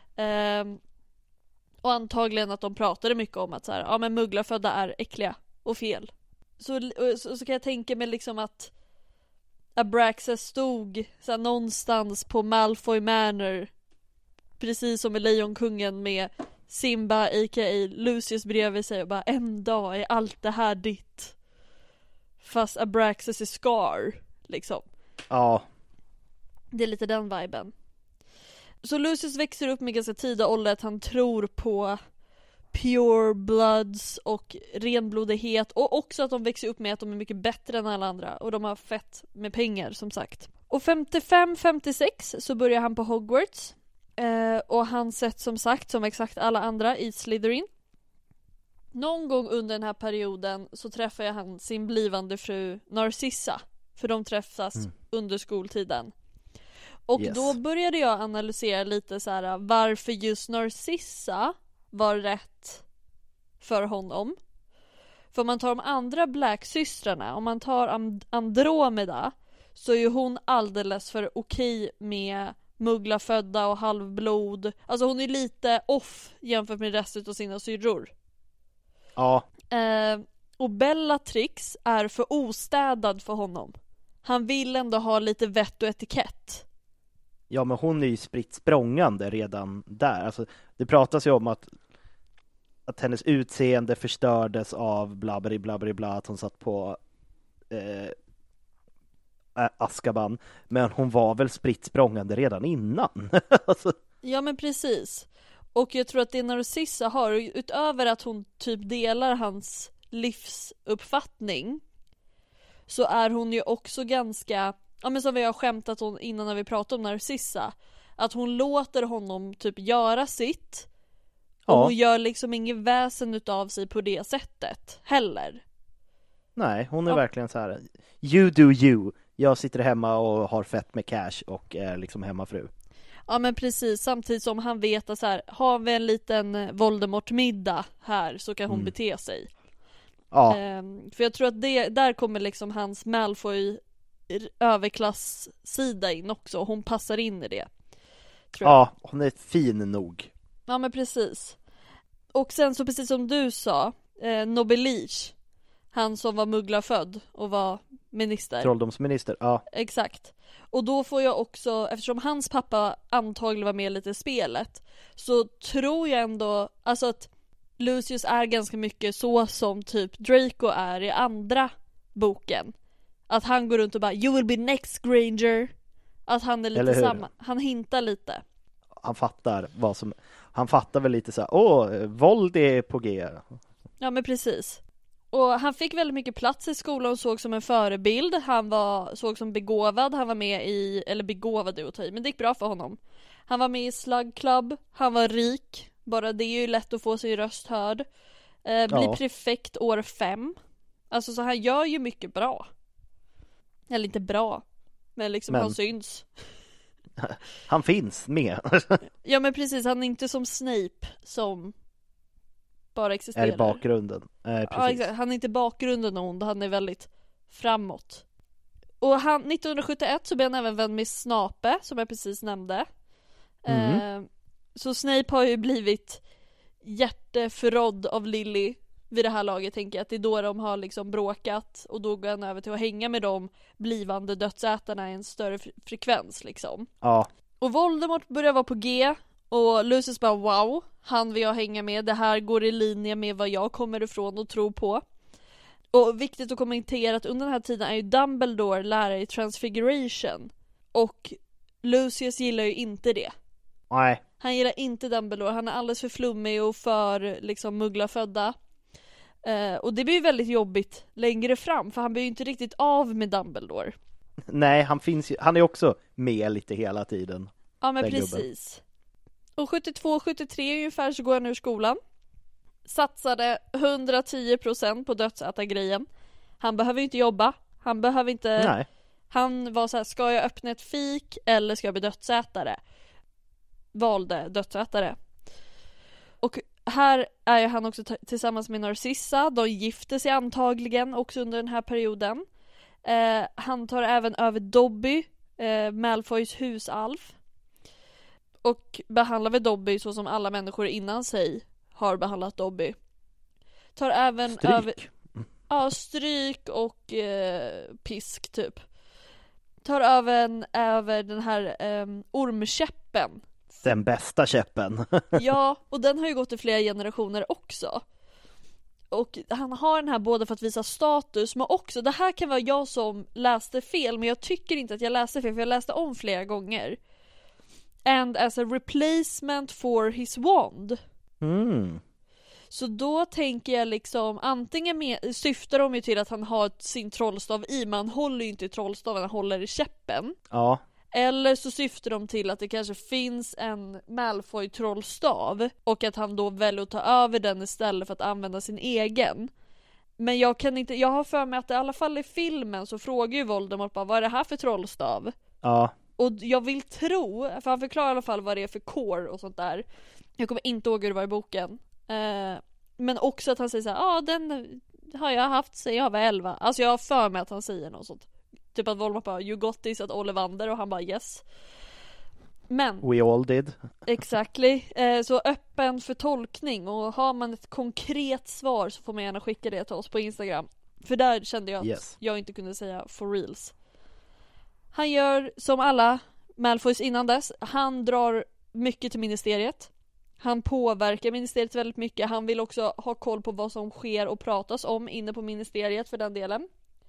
Och antagligen att de pratade mycket om att så här, ja men mugglarfödda är äckliga och fel. Så kan jag tänka mig liksom att Abraxas stod så här, någonstans på Malfoy Manor, precis som med Lejonkungen, med Simba a.k.a. Lucius bredvid sig och bara, en dag är allt det här ditt. Fast Abraxas är Scar liksom. Ja. Det är lite den viben. Så Lucius växer upp med ganska tidig ålder att han tror på pure bloods och renblodighet, och också att de växer upp med att de är mycket bättre än alla andra och de har fett med pengar som sagt. Och 55-56 så börjar han på Hogwarts. Och han sett som sagt som exakt alla andra i Slytherin. Någon gång under den här perioden så träffar han sin blivande fru Narcissa, för de träffas under skoltiden. Och då började jag analysera lite så här, varför just Narcissa var rätt för honom. För om man tar de andra Black-systrarna, om man tar Andromeda, så är ju hon alldeles för okej med mugglarfödda och halvblod. Alltså hon är lite off jämfört med resten av sina syrror. Ja. Och Bellatrix är för ostädad för honom. Han vill ändå ha lite vett och etikett. Ja, men hon är ju spritt språngande redan där. Alltså, det pratas ju om att hennes utseende förstördes av bla, att hon satt på Azkaban. Men hon var väl spritt språngande redan innan. Alltså. Ja, men precis. Och jag tror att det Narcissa har, utöver att hon typ delar hans livsuppfattning, så är hon ju också ganska, ja men som vi har skämtat om innan när vi pratade om Narcissa, att hon låter honom typ göra sitt. Och hon gör liksom ingen väsen utav sig på det sättet heller. Nej, hon är verkligen så här: you do you. Jag sitter hemma och har fett med cash och är liksom hemmafru. Ja men precis, samtidigt som han vet att så här, har vi en liten Voldemort-middag här så kan hon bete sig. Ja. För jag tror att där kommer liksom hans Malfoy överklass-sida in också. Hon passar in i det, tror jag. Ja, hon är fin nog. Ja men precis. Och sen så precis som du sa, Nobelige, han som var mugglarfödd och var minister. Trolldomsminister, ja. Exakt. Och då får jag också, eftersom hans pappa antagligen var med lite i spelet, så tror jag ändå alltså att Lucius är ganska mycket så som typ Draco är i andra boken. Att han går runt och bara, you will be next Granger. Att han är lite samma, han hintar lite. Han fattar vad som, han fattar väl lite så här, våld är på G. Ja men precis. Och han fick väldigt mycket plats i skolan och såg som en förebild. Han såg som begåvad. Han var med i, eller begåvad är att ta i, men det gick bra för honom. Han var med i Slug Club. Han var rik. Bara det är ju lätt att få sin röst hörd. Blir prefekt år 5. Alltså så han gör ju mycket bra. Eller inte bra, men liksom han syns. Han finns med. Ja men precis, han är inte som Snape som bara existerar. Är i bakgrunden. Ja, exakt. Han är inte bakgrunden ond, han är väldigt framåt. Och 1971 så blev han även vän med Snape, som jag precis nämnde. Så Snape har ju blivit hjärteförrådd av Lily vid det här laget, tänker jag. Att det är då de har liksom bråkat, och då går han över till att hänga med de blivande dödsätarna i en större frekvens liksom. Ja. Och Voldemort börjar vara på G, och Lucius bara wow, han vill jag hänga med, det här går i linje med vad jag kommer ifrån och tror på. Och viktigt att kommentera att under den här tiden är ju Dumbledore lärare i Transfiguration, och Lucius gillar ju inte det. Nej. Han gillar inte Dumbledore, han är alldeles för flummig och för liksom mugglafödda. Och det blir ju väldigt jobbigt längre fram, för han blir ju inte riktigt av med Dumbledore. Nej, han är också med lite hela tiden. Ja men precis. Och 72-73 ungefär så går han ur skolan. Satsade 110% på dödsätargrejen. Han behöver ju inte jobba. Han behöver inte... Nej. Han var så här, ska jag öppna ett fik eller ska jag bli dödsätare? Valde dödsätare. Och här är ju han också tillsammans med Narcissa. De gifter sig antagligen också under den här perioden. Han tar även över Dobby, Malfoys husalv. Och behandlar väl Dobby så som alla människor innan sig har behandlat Dobby. Tar även stryk. Stryk och pisk typ. Tar över den här ormkäppen. Den bästa käppen. Ja, och den har ju gått i flera generationer också. Och han har den här både för att visa status, men också, det här kan vara jag som läste fel, men jag tycker inte att jag läste fel, för jag läste om flera gånger. And as a replacement for his wand. Så då tänker jag liksom, antingen syftar de ju till att han har sin trollstav i, men han håller ju inte i trollstaven, han håller i käppen. Ja. Eller så syftar de till att det kanske finns en Malfoy-trollstav, och att han då väljer att ta över den istället för att använda sin egen. Men jag har för mig att i alla fall i filmen så frågar ju Voldemort bara, vad är det här för trollstav? Ja. Och jag vill tro, för han förklarar i alla fall vad det är för core och sånt där. Jag kommer inte ihåg hur det var i boken. Men också att han säger så här, den har jag haft sedan jag var 11. Alltså jag har för mig att han säger något sånt. Typ att Voldemort bara, you got this, att Ollivander, och han bara yes. Men we all did. Exactly. Så öppen för tolkning, och har man ett konkret svar så får man gärna skicka det till oss på Instagram. För där kände jag att jag inte kunde säga for reals. Han gör som alla Malfoys innan dess. Han drar mycket till ministeriet. Han påverkar ministeriet väldigt mycket. Han vill också ha koll på vad som sker och pratas om inne på ministeriet för den delen.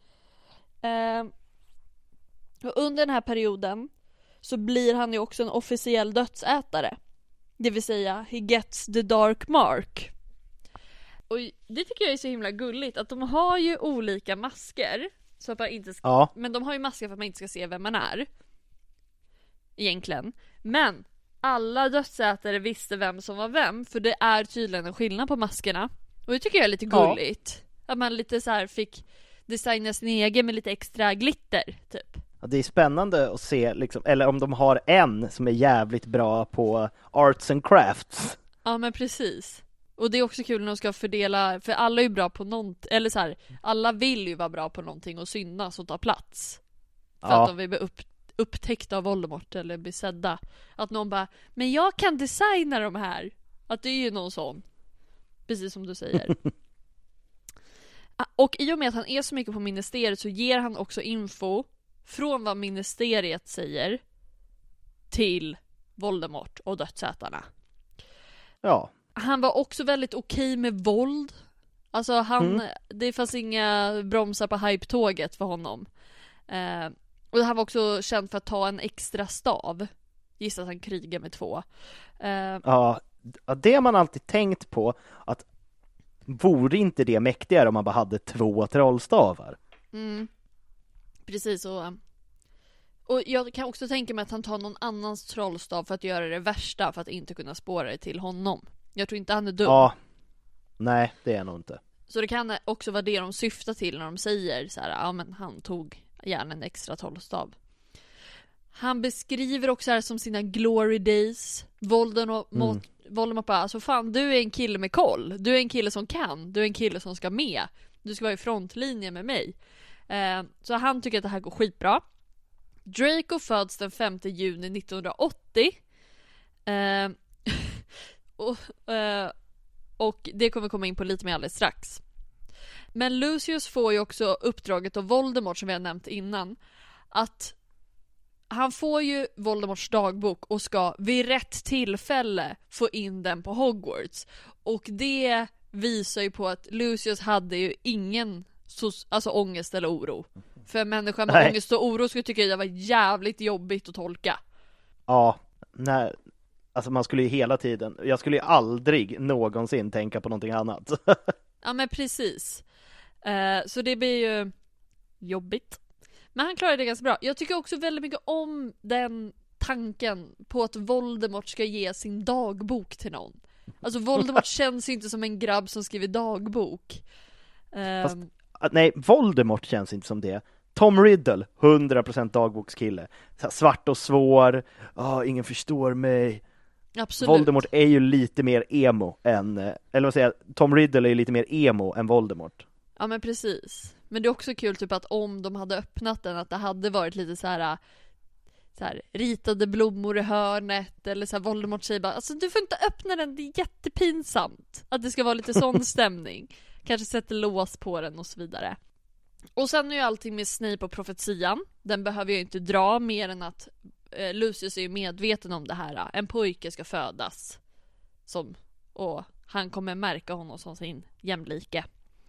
Och under den här perioden så blir han ju också en officiell dödsätare. Det vill säga, he gets the dark mark. Och det tycker jag är så himla gulligt, att de har ju olika masker. Så att man inte ska, men de har ju masker för att man inte ska se vem man är. Egentligen. Men alla dödsätare visste vem som var vem, för det är tydligen en skillnad på maskerna. Och det tycker jag är lite gulligt. Att man lite så här fick designa sin egen med lite extra glitter typ. Ja, det är spännande att se liksom, eller om de har en som är jävligt bra på arts and crafts. Ja men precis. Och det är också kul när de ska fördela, för alla är ju bra på något, eller så här, alla vill ju vara bra på någonting och synas och ta plats. För att de vill bli upptäckta av Voldemort eller bli sedda. Att någon bara, men jag kan designa de här. Att det är ju någon sån. Precis som du säger. Och i och med att han är så mycket på ministeriet så ger han också info från vad ministeriet säger till Voldemort och dödsätarna. Ja. Han var också väldigt okej med våld. Alltså det fanns inga bromsar på hype-tåget för honom. Och han var också känd för att ta en extra stav. Gissar att han krigar med 2. Ja, det har man alltid tänkt på, att vore inte det mäktigare om man bara hade 2 trollstavar? Precis, och jag kan också tänka mig att han tar någon annans trollstav för att göra det värsta, för att inte kunna spåra det till honom. Jag tror inte han är dum. Ja, nej det är nog inte. Så det kan också vara det de syftar till när de säger så här, ja men han tog gärna en extra trollstav. Han beskriver också det här som sina glory days. Voldemort bara, alltså fan, du är en kille med koll. Du är en kille som kan. Du är en kille som ska med. Du ska vara i frontlinjen med mig. Så han tycker att det här går skitbra. Draco föds den 5 juni 1980. Och det kommer komma in på lite mer alldeles strax. Men Lucius får ju också uppdraget av Voldemort, som vi har nämnt innan, att han får ju Voldemorts dagbok och ska vid rätt tillfälle få in den på Hogwarts. Och det visar ju på att Lucius hade ju ingen ångest eller oro. För en människa med ångest och oro skulle tycka det var jävligt jobbigt att tolka. Ja, nej. Alltså man skulle ju hela tiden, jag skulle ju aldrig någonsin tänka på någonting annat. Ja, men precis. Så det blir ju jobbigt. Men han klarar det ganska bra. Jag tycker också väldigt mycket om den tanken på att Voldemort ska ge sin dagbok till någon. Alltså Voldemort känns ju inte som en grabb som skriver dagbok. Fast, nej, Voldemort känns inte som det. Tom Riddle, 100% dagbokskille. Så svart och svår. Ingen förstår mig. Absolut. Voldemort är ju lite mer emo än, eller vad säger jag, Tom Riddle är ju lite mer emo än Voldemort. Ja, men precis. Men det är också kul typ att om de hade öppnat den, att det hade varit lite så här ritade blommor i hörnet, eller så här Voldemort säger bara, alltså du får inte öppna den, det är jättepinsamt. Att det ska vara lite sån stämning. Kanske sätter lås på den och så vidare. Och sen är ju allting med Snape och profetian. Den behöver jag inte dra mer än att Lucius är ju medveten om det här. En pojke ska födas och han kommer märka honom som sin jämlike.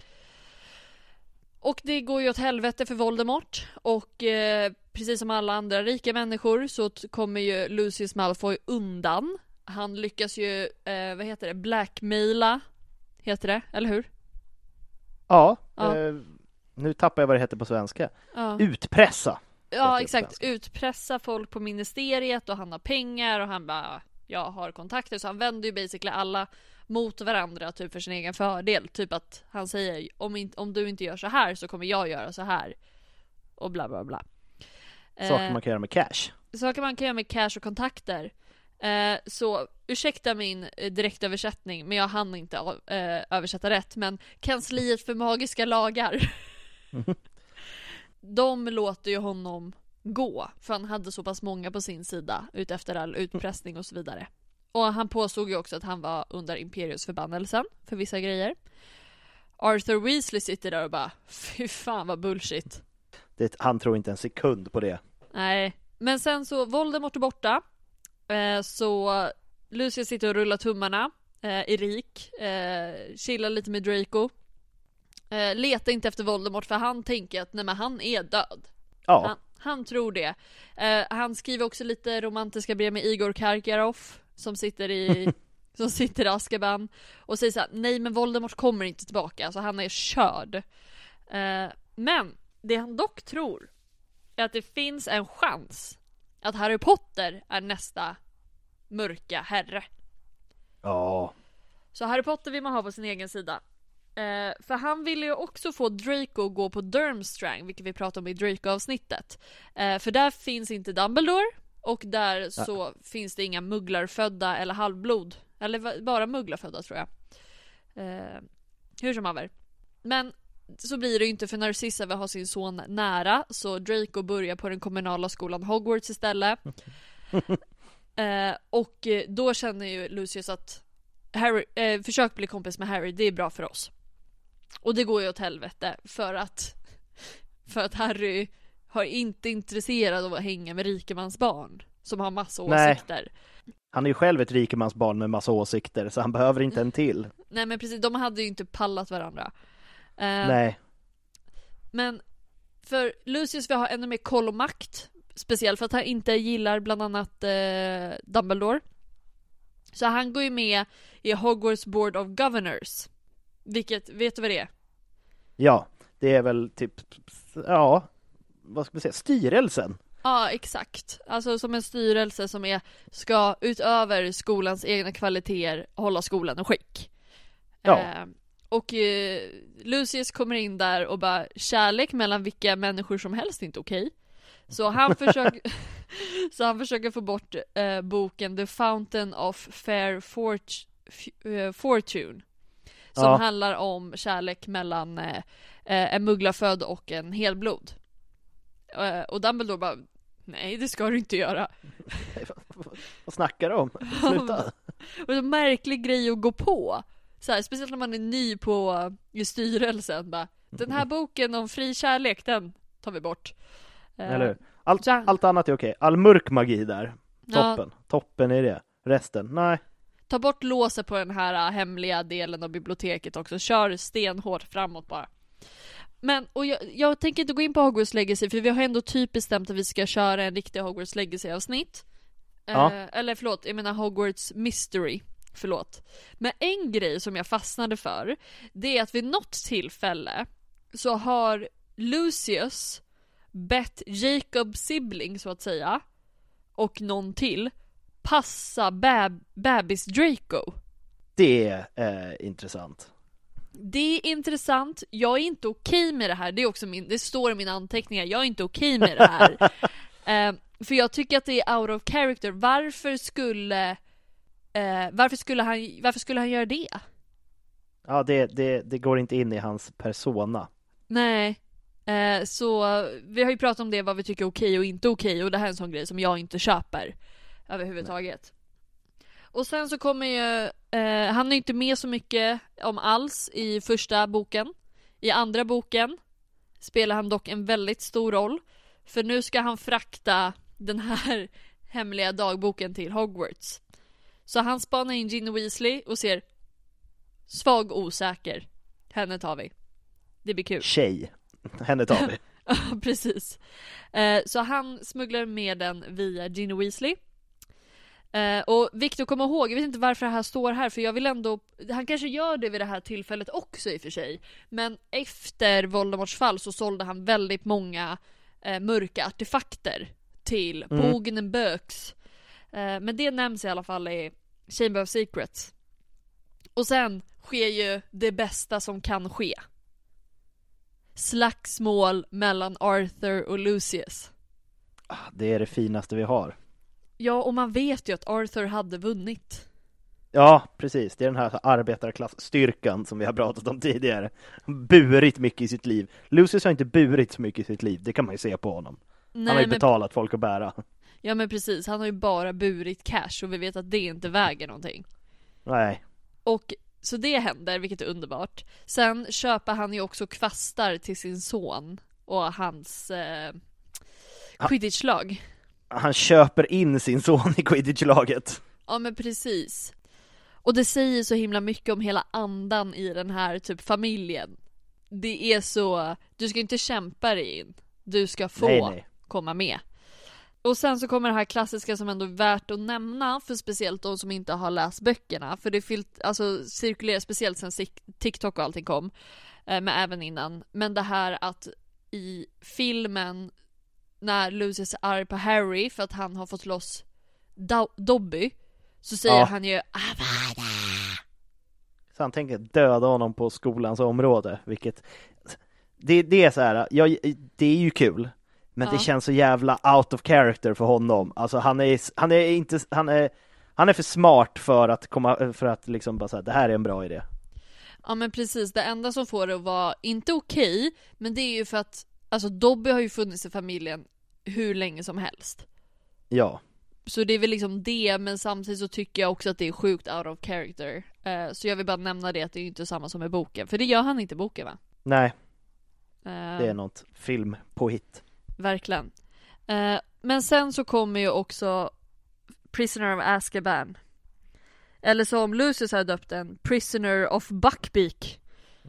Och det går ju åt helvete för Voldemort. Och precis som alla andra rika människor så kommer ju Lucius Malfoy undan. Han lyckas ju, blackmaila, heter det, eller hur? Ja. Nu tappar jag vad det heter på svenska. Ja. Utpressa. Ja, exakt. Utpressa folk på ministeriet, och han har pengar och han bara, jag har kontakter. Så han vänder ju basically alla mot varandra typ för sin egen fördel. Typ att han säger, om du inte gör så här så kommer jag göra så här. Och bla bla bla. Saker man kan göra med cash. Saker man kan göra med cash och kontakter. Så ursäkta min direktöversättning, men jag hann inte översätta rätt. Men kansliet för magiska lagar de låter ju honom gå, för han hade så pass många på sin sida ut efter all utpressning och så vidare. Och han påstod ju också att han var under Imperius förbannelsen för vissa grejer. Arthur Weasley sitter där och bara, fy fan vad bullshit. Han tror inte en sekund på det. Nej, men sen så Voldemort är borta. Så Lucius sitter och rullar tummarna. Erik chillar lite med Draco. Letar inte efter Voldemort, för han tänker att nej, men han är död. Ja. Han tror det. Han skriver också lite romantiska brev med Igor Karkaroff som sitter i Azkaban och säger så här, nej men Voldemort kommer inte tillbaka, så han är körd. Men det han dock tror är att det finns en chans att Harry Potter är nästa mörka herre. Ja. Så Harry Potter vill man ha på sin egen sida. För han ville ju också få Draco gå på Durmstrang, vilket vi pratade om i Draco-avsnittet. För där finns inte Dumbledore, och där så finns det inga mugglarfödda eller halvblod. Eller bara mugglarfödda, tror jag. Hur som haver. Men så blir det ju inte, för Narcissa vill ha sin son nära. Så Draco börjar på den kommunala skolan Hogwarts istället. Och då känner ju Lucius att Harry, försök bli kompis med Harry, det är bra för oss. Och det går ju åt helvete, för att Harry har inte intresserad av att hänga med rikemans barn som har massa åsikter. Han är ju själv ett rikemans barn med massa åsikter, så han behöver inte en till. Nej, men precis, de hade ju inte pallat varandra. Nej. Men för Lucius vill ha ännu mer koll och makt, speciellt för att han inte gillar bland annat Dumbledore. Så han går ju med i Hogwarts Board of Governors. Vilket, vet du vad det är? Ja, det är väl typ, vad ska man säga, styrelsen. Ja, exakt. Alltså som en styrelse som ska utöver skolans egna kvaliteter hålla skolan i skick. Ja. Och Lucius kommer in där och bara, kärlek mellan vilka människor som helst inte okej. Så han försöker få bort boken The Fountain of Fair Fortune. Som handlar om kärlek mellan en mugglarfödd och en helblod. Och Dumbledore bara, nej det ska du inte göra. Vad snackar du om? Sluta. Och det är en märklig grej att gå på. Så här, speciellt när man är ny i styrelsen. Bara, den här boken om fri kärlek, den tar vi bort. Eller allt annat är okej. All mörk magi där. Toppen. Ja. Toppen är det. Resten, nej. Ta bort låset på den här hemliga delen av biblioteket också. Kör stenhårt framåt bara. Men, och jag tänker inte gå in på Hogwarts Legacy, för vi har ändå typ bestämt att vi ska köra en riktig Hogwarts Legacy-avsnitt. Eller förlåt, jag menar Hogwarts Mystery. Förlåt. Men en grej som jag fastnade för, det är att vid något tillfälle så har Lucius bett Jacobs sibling, så att säga, och någon till passa bebis Draco. Det är intressant. Det är intressant. Jag är inte okej med det här. Det är också det står i mina anteckningar. Jag är inte okej med det här. För jag tycker att det är out of character. Varför skulle han göra det? Ja, det går inte in i hans persona. Nej. Så vi har ju pratat om det, vad vi tycker är okej och inte okej. Och det här är en sån grej som jag inte köper överhuvudtaget. Och sen så kommer ju han är inte med så mycket om alls i första boken. I andra boken spelar han dock en väldigt stor roll. För nu ska han frakta den här hemliga dagboken till Hogwarts. Så han spanar in Ginny Weasley och ser svag och osäker. Henne tar vi. Det blir kul. Tjej. Henne tar vi. Ja, precis. Så han smugglar med den via Ginny Weasley. Och Victor, kom ihåg, jag vet inte varför det här står här, för jag vill ändå, han kanske gör det vid det här tillfället också i och för sig, men efter Voldemorts fall så sålde han väldigt många mörka artefakter till Bogenenböks. Men det nämns i alla fall i Chamber of Secrets. Och sen sker ju det bästa som kan ske. Slagsmål mellan Arthur och Lucius. Det är det finaste vi har. Ja, och man vet ju att Arthur hade vunnit. Ja, precis. Det är den här arbetarklassstyrkan som vi har pratat om tidigare. Burit mycket i sitt liv. Lucius har inte burit så mycket i sitt liv. Det kan man ju se på honom. Nej, han har ju betalat folk att bära. Ja, men precis. Han har ju bara burit cash och vi vet att det inte väger någonting. Nej. Och så det händer, vilket är underbart. Sen köper han ju också kvastar till sin son och hans Quidditch-lag. Han köper in sin son i Quidditch-laget. Ja, men precis. Och det säger så himla mycket om hela andan i den här typ familjen. Det är så, du ska inte kämpa dig in. Du ska få komma med. Och sen så kommer det här klassiska som ändå är värt att nämna för speciellt de som inte har läst böckerna. För det cirkulerar speciellt sen TikTok och allting kom. Men även innan. Men det här att i filmen när Lucius är arg på Harry för att han har fått loss Dobby, så säger han ju Avada. Så han tänker döda honom på skolans område, vilket det är så här, det är ju kul, men det känns så jävla out of character för honom. Alltså han är för smart för att liksom bara säga det här är en bra idé. Ja, men precis, det enda som får det att vara inte okej, men det är ju för att alltså Dobby har ju funnits i familjen hur länge som helst. Ja. Så det är väl liksom det, men samtidigt så tycker jag också att det är sjukt out of character. Så jag vill bara nämna det, att det är inte samma som i boken. För det gör han inte i boken, va? Nej. Det är något film på hit. Verkligen. Men sen så kommer ju också Prisoner of Azkaban. Eller som Lucius har döpt den, Prisoner of Buckbeak.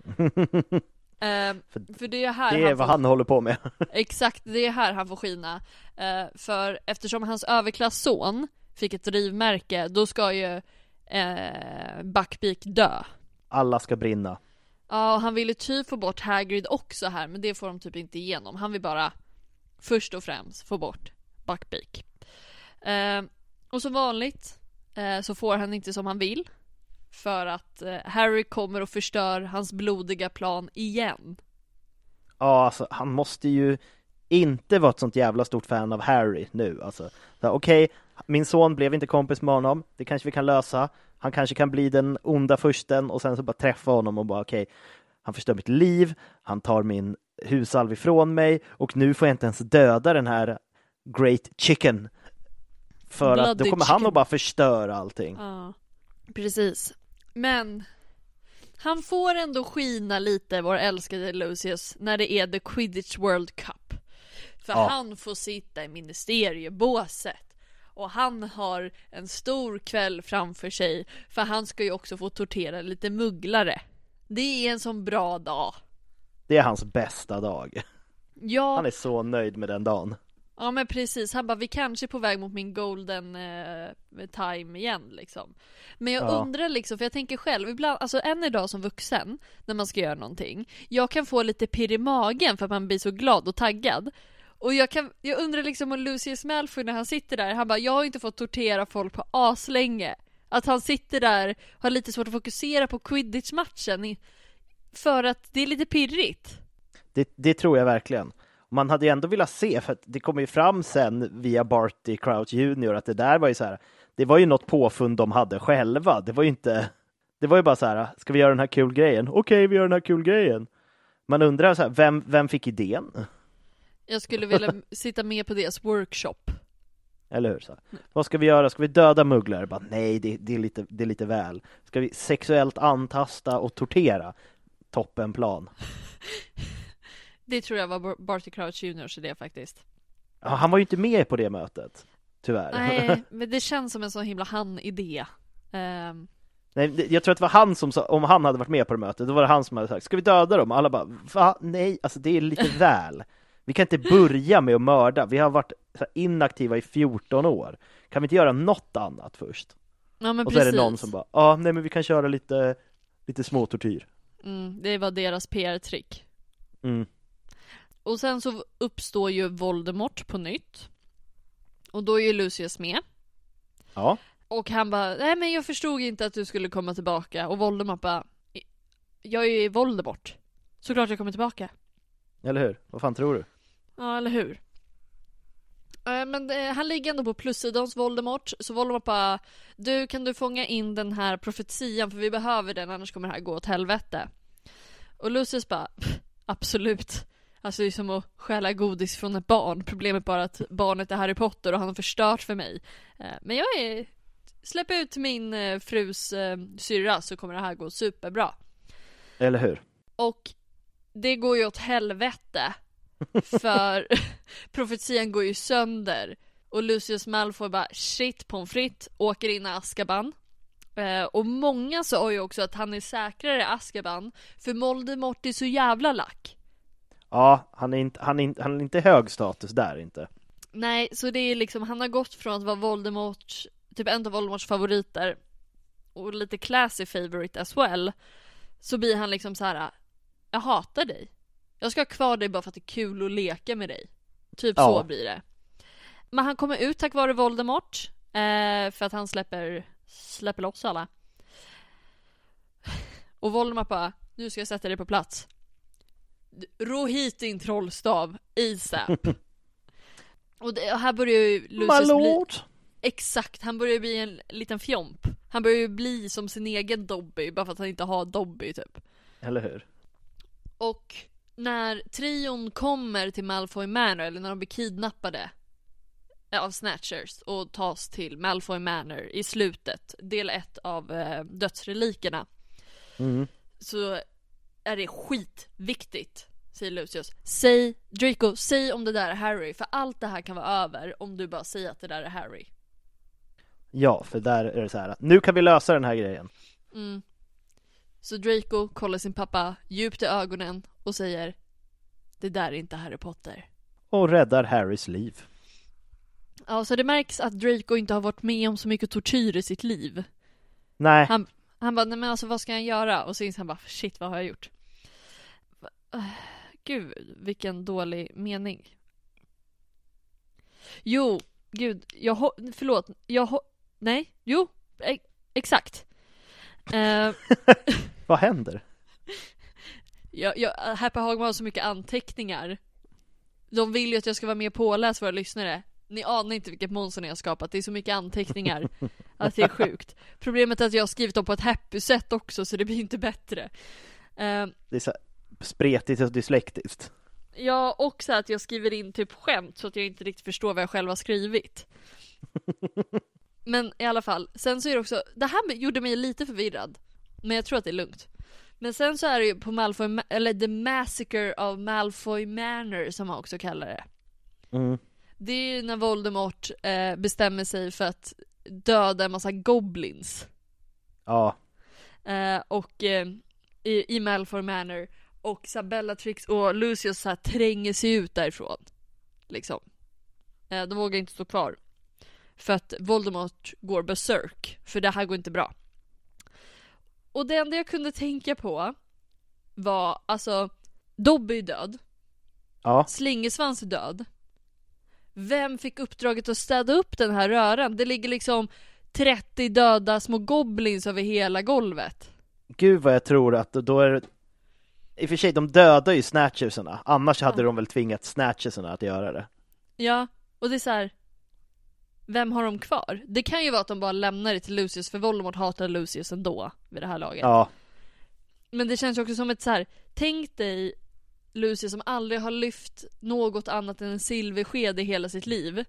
För det är här det är vad han håller på med. Exakt, det är här han får skina. För eftersom hans överklassson fick ett drivmärke, då ska ju Buckbeak dö. Alla ska brinna. Ja, och han ville typ få bort Hagrid också här, men det får de typ inte igenom. Han vill bara först och främst få bort Buckbeak. Och som vanligt så får han inte som han vill. För att Harry kommer och förstör hans blodiga plan igen. Ja, alltså han måste ju inte var ett sånt jävla stort fan av Harry nu. Alltså, okej, min son blev inte kompis med honom. Det kanske vi kan lösa. Han kanske kan bli den onda fursten och sen så bara träffa honom och bara okej, han förstör mitt liv. Han tar min husalv ifrån mig och nu får jag inte ens döda den här Great Chicken. För att då kommer han att bara förstöra allting. Ja, precis. Men han får ändå skina lite, vår älskade Lucius, när det är The Quidditch World Cup. För han får sitta i ministeriebåset. Och han har en stor kväll framför sig. För han ska ju också få tortera lite mugglare. Det är en sån bra dag. Det är hans bästa dag. Ja. Han är så nöjd med den dagen. Ja men precis, han bara, vi kanske är på väg mot min golden time igen liksom. Men jag undrar liksom, för jag tänker själv ibland, alltså än idag som vuxen när man ska göra någonting, jag kan få lite pirr i magen för att man blir så glad och taggad. Och jag undrar liksom om Lucius Malfoy när han sitter där, han bara, jag har inte fått tortera folk på aslänge. Att han sitter där och har lite svårt att fokusera på Quidditch-matchen för att det är lite pirrigt. Det tror jag verkligen. Man hade ju ändå velat se, för att det kommer ju fram sen via Barty Crouch Jr. att det där var ju så här, det var ju något påfund de hade själva. Det var ju bara så här, ska vi göra den här kul grejen? Okej, vi gör den här kul grejen. Man undrar så här, vem fick idén? Jag skulle vilja sitta med på deras workshop. Eller hur? Så här. Vad ska vi göra? Ska vi döda mugglare? Bara, nej, det är lite väl. Ska vi sexuellt antasta och tortera? Toppenplan. Det tror jag var Barty Crouch Jr.'s idé faktiskt. Ja, han var ju inte med på det mötet, tyvärr. Nej, men det känns som en sån himla han-idé. Nej, jag tror att det var han som sa, om han hade varit med på det mötet, då var det han som hade sagt, ska vi döda dem? Alla bara, va? Nej, alltså det är lite väl. Vi kan inte börja med att mörda. Vi har varit inaktiva i 14 år. Kan vi inte göra något annat först? Ja, men och precis. så är det någon som bara, nej men vi kan köra lite små tortyr. Det var deras PR-trick. Mm. Och sen så uppstår ju Voldemort på nytt. Och då är ju Lucius med. Ja. Och han bara, nej men jag förstod inte att du skulle komma tillbaka. Och Voldemort bara, jag är ju Voldemort. Såklart jag kommer tillbaka. Eller hur? Vad fan tror du? Ja, eller hur? Men han ligger ändå på plussidans Voldemort. Så Voldemort bara, kan du fånga in den här profetian? För vi behöver den, annars kommer det här gå åt helvete. Och Lucius bara, absolut. Alltså det är som att stjäla godis från ett barn. Problemet är bara att barnet är Harry Potter och han har förstört för mig. Men släpp ut min frus syrra så kommer det här gå superbra. Eller hur? Och det går ju åt helvete. För profetian går ju sönder. Och Lucius Malfoy bara, shit pommes frites, åker in i Azkaban. Och många sa ju också att han är säkrare i Azkaban. För Voldemort är så jävla lack. Ja, han är inte hög status där inte. Nej, så det är liksom, han har gått från att vara Voldemort, typ en av Voldemorts favoriter och lite classy favorite as well. Så blir han liksom så här: jag hatar dig. Jag ska ha kvar dig bara för att det är kul att leka med dig. Typ så blir det. Men han kommer ut tack vare Voldemort. För att han släpper loss alla. Och Voldemort bara, nu ska jag sätta dig på plats. Ro hit din trollstav, ASAP. Och här börjar ju Lucius bli... Exakt, han börjar bli en liten fjomp. Han börjar ju bli som sin egen Dobby, bara för att han inte har Dobby typ. Eller hur? Och när trion kommer till Malfoy Manor, eller när de blir kidnappade av Snatchers och tas till Malfoy Manor i slutet, del 1 av dödsrelikerna, så är det skitviktigt, säger Lucius. Draco, säg om det där är Harry, för allt det här kan vara över om du bara säger att det där är Harry. Ja, för där är det så här, nu kan vi lösa den här grejen. Så Draco kollar sin pappa djupt i ögonen och säger, det där är inte Harry Potter. Och räddar Harrys liv. Ja, så det märks att Draco inte har varit med om så mycket tortyr i sitt liv. Nej. Han bara, nej men alltså vad ska han göra? Och så inser han bara, shit, vad har jag gjort? Gud, vilken dålig mening. Jo, gud, exakt. Vad händer? Happy Hagman har så mycket anteckningar. de vill ju att jag ska vara mer påläst för våra lyssnare. Ni anar inte vilket monster ni har skapat. Det är så mycket anteckningar att det är sjukt. Problemet är att jag har skrivit dem på ett happy sätt också, så det blir inte bättre. Det är så spretigt och dyslektiskt. Ja, också att jag skriver in typ skämt så att jag inte riktigt förstår vad jag själv har skrivit. Men i alla fall, sen så är det också, det här gjorde mig lite förvirrad, men jag tror att det är lugnt. Men sen så är det ju på Malfoy, eller The Massacre of Malfoy Manor som man också kallar det. Det är ju när Voldemort bestämmer sig för att döda en massa goblins. Ja. Och i Malfoy Manor. Och Bellatrix och Lucius så här tränger sig ut därifrån. Liksom. De vågar inte stå kvar. För att Voldemort går berserk. För det här går inte bra. Och det enda jag kunde tänka på var, alltså, Dobby är död. Ja. Slingersvans är död. Vem fick uppdraget att städa upp den här röran? Det ligger liksom 30 döda små goblins över hela golvet. Gud vad jag tror att då är det... I och för sig, de dödar ju snatchersarna. Annars hade de väl tvingat snatchersarna att göra det. Ja, och det är så här. Vem har de kvar? Det kan ju vara att de bara lämnar det till Lucius, för Voldemort hatar Lucius ändå vid det här laget. Ja. Men det känns ju också som ett så här. Tänk dig Lucius som aldrig har lyft något annat än en silversked i hela sitt liv.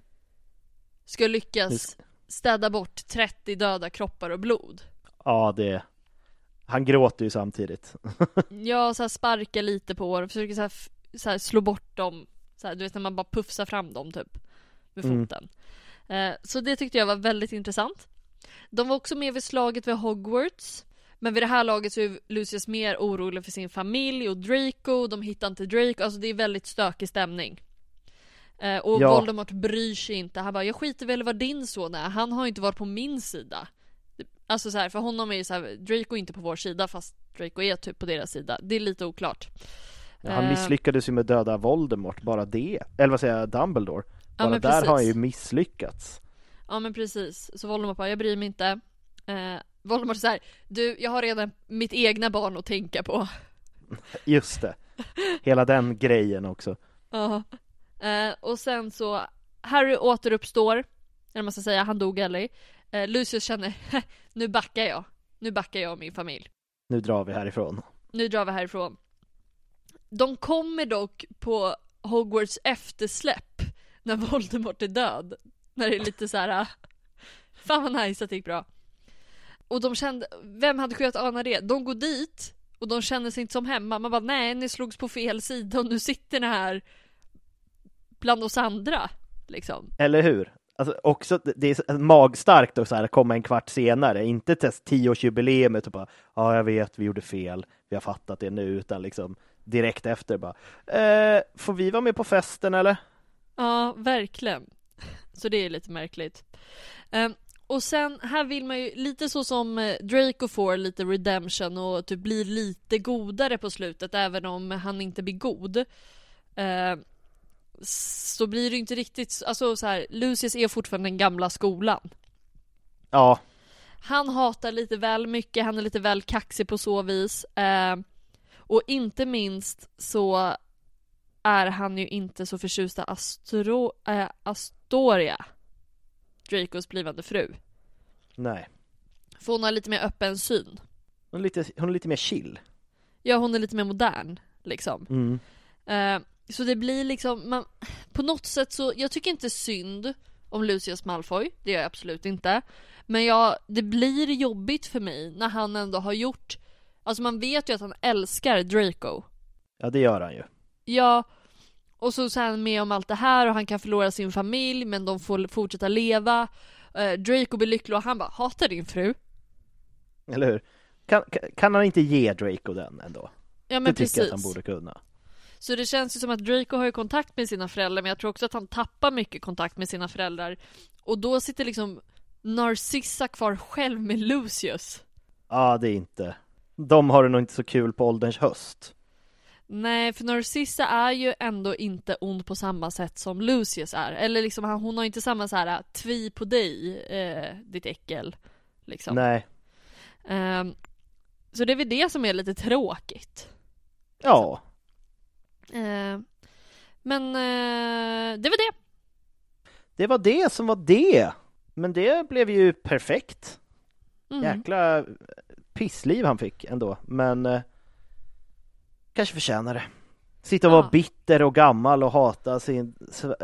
Ska lyckas städa bort 30 döda kroppar och blod. Ja, det... Han gråter ju samtidigt. Ja, så här sparka lite på och försöker så här slå bort dem. Så här, du vet när man bara puffsar fram dem typ med foten. Så det tyckte jag var väldigt intressant. De var också med vid slaget vid Hogwarts. Men vid det här laget så är Lucius mer orolig för sin familj och Draco. De hittar inte Draco. Alltså det är väldigt stökig stämning. Och Voldemort bryr sig inte. Han bara, jag skiter väl vad din son är. Han har inte varit på min sida. Alltså så här, för honom är ju så här, Draco är inte på vår sida, fast Draco är typ på deras sida. Det är lite oklart. Ja, han misslyckades ju med döda Voldemort, bara det. Eller vad säger jag, Dumbledore. Bara där precis. har han ju misslyckats. Ja men precis. Så Voldemort bara, jag bryr mig inte. Voldemort så här, du, jag har redan mitt egna barn att tänka på. Just det. Hela den grejen också. Ja. Och sen så Harry återuppstår. Eller man ska säga, han dog aldrig. Lucius känner, nu backar jag och min familj. Nu drar vi härifrån. De kommer dock på Hogwarts eftersläpp när Voldemort är död. När det är lite så här, fan vad nice att det gick bra. Och de kände, vem hade kunnat ana det? De går dit och de känner sig inte som hemma. Man bara, nej, ni slogs på fel sida och nu sitter ni här bland oss andra liksom. Eller hur? Alltså också, det är magstarkt att så här komma en kvart senare, inte till 10-årsjubileumet och bara, ja jag vet, vi gjorde fel, vi har fattat det nu, utan liksom direkt efter bara, får vi vara med på festen eller? Ja, verkligen. Så det är lite märkligt. Och sen, här vill man ju, lite så som Draco får lite redemption och typ blir lite godare på slutet, även om han inte blir god. Så blir det inte riktigt, alltså så här, Lucius är fortfarande den gamla skolan. Ja. Han hatar lite väl mycket, han är lite väl kaxig på så vis. Och inte minst så är han ju inte så förtjust av Astoria, Dracos blivande fru. Nej. För hon har lite mer öppen syn. Hon är lite mer chill. Ja, hon är lite mer modern liksom. Så det blir liksom på något sätt så, jag tycker inte synd om Lucius Malfoy, det gör jag absolut inte. Men det blir jobbigt för mig när han ändå har gjort, alltså man vet ju att han älskar Draco. Ja, det gör han ju. Ja, och så är han med om allt det här och han kan förlora sin familj, men de får fortsätta leva. Draco blir lycklig och han bara, hatar din fru. Eller hur? Kan han inte ge Draco den ändå? Ja, men det tycker precis. jag att han borde kunna. Så det känns ju som att Draco har ju kontakt med sina föräldrar, men jag tror också att han tappar mycket kontakt med sina föräldrar. Och då sitter liksom Narcissa kvar själv med Lucius. Ja, det är inte. De har det nog inte så kul på ålderns höst. Nej, för Narcissa är ju ändå inte ond på samma sätt som Lucius är. Eller liksom, hon har inte samma så här tvi på dig, ditt äckel. Liksom. Nej. Så det är väl det som är lite tråkigt. Ja. Men det var det. Det var det som var det. Men det blev ju perfekt. Jäkla pissliv han fick ändå. Men kanske förtjänar det. Sitta och vara bitter och gammal och hata sin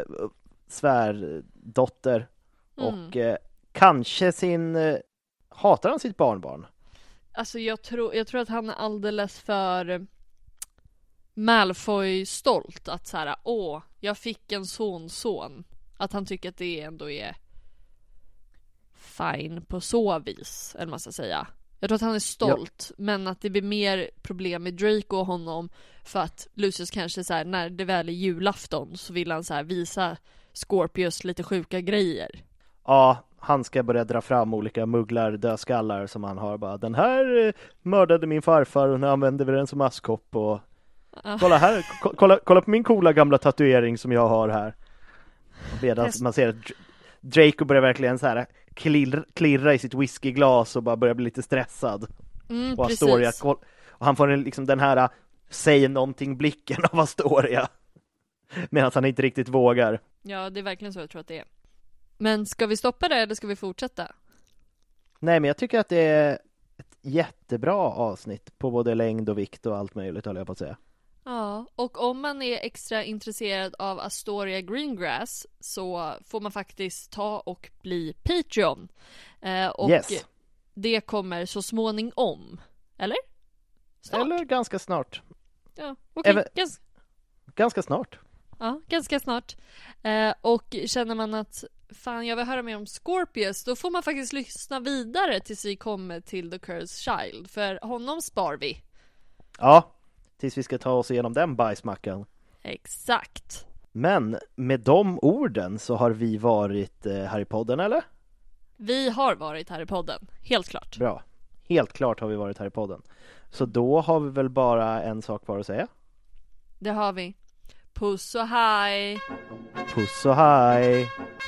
svärdotter. Och kanske hatar han sitt barnbarn? Alltså jag tror att han är alldeles för Malfoy-stolt. Att så här, jag fick en son. Att han tycker att det ändå är fine på så vis, eller man ska säga. Jag tror att han är stolt, men att det blir mer problem med Draco och honom för att Lucius kanske så här, när det väl är julafton så vill han så här visa Scorpius lite sjuka grejer. Ja, han ska börja dra fram olika dödskallar som han har. Bara, den här mördade min farfar och nu använder vi den som askkopp. Och kolla här, kolla på min coola gamla tatuering som jag har här. Medan man ser att Draco börjar verkligen så här klirra i sitt whiskyglas och bara börjar bli lite stressad. Och Astoria, och han får liksom den här säg någonting blicken av Astoria. Medan han inte riktigt vågar. Ja, det är verkligen så jag tror att det är. Men ska vi stoppa det eller ska vi fortsätta? Nej, men jag tycker att det är ett jättebra avsnitt på både längd och vikt och allt möjligt, håller jag på att säga. Ja, och om man är extra intresserad av Astoria Greengrass så får man faktiskt ta och bli Patreon. Och det kommer så småningom. Eller? Snart? Eller ganska snart. Ja, okej. Ganska snart. Ja, ganska snart. Och känner man att fan, jag vill höra mer om Scorpius, då får man faktiskt lyssna vidare tills vi kommer till The Cursed Child. För honom spar vi. Ja, tills vi ska ta oss igenom den bajsmackan. Exakt. Men med de orden så har vi varit här i podden, eller? Vi har varit här i podden, helt klart. Bra, helt klart har vi varit här i podden. Så då har vi väl bara en sak kvar att säga. Det har vi. Puss och hej. Puss och hej.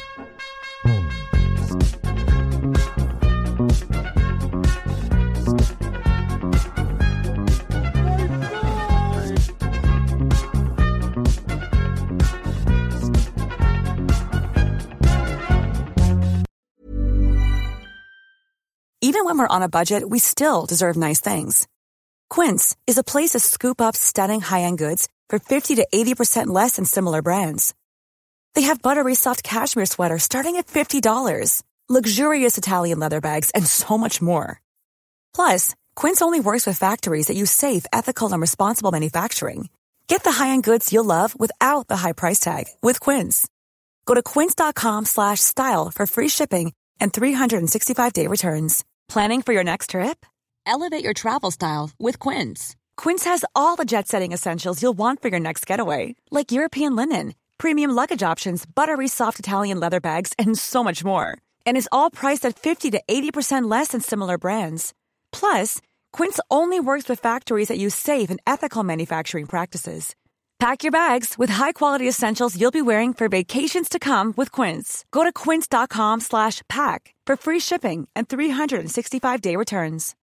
Even when we're on a budget, we still deserve nice things. Quince is a place to scoop up stunning high-end goods for 50 to 80% less than similar brands. They have buttery soft cashmere sweaters starting at $50, luxurious Italian leather bags, and so much more. Plus, Quince only works with factories that use safe, ethical, and responsible manufacturing. Get the high-end goods you'll love without the high price tag with Quince. Go to quince.com/style for free shipping and 365-day returns. Planning for your next trip? Elevate your travel style with Quince. Quince has all the jet-setting essentials you'll want for your next getaway, like European linen, premium luggage options, buttery soft Italian leather bags, and so much more. And is all priced at 50 to 80% less than similar brands. Plus, Quince only works with factories that use safe and ethical manufacturing practices. Pack your bags with high-quality essentials you'll be wearing for vacations to come with Quince. Go to quince.com/pack for free shipping and 365-day returns.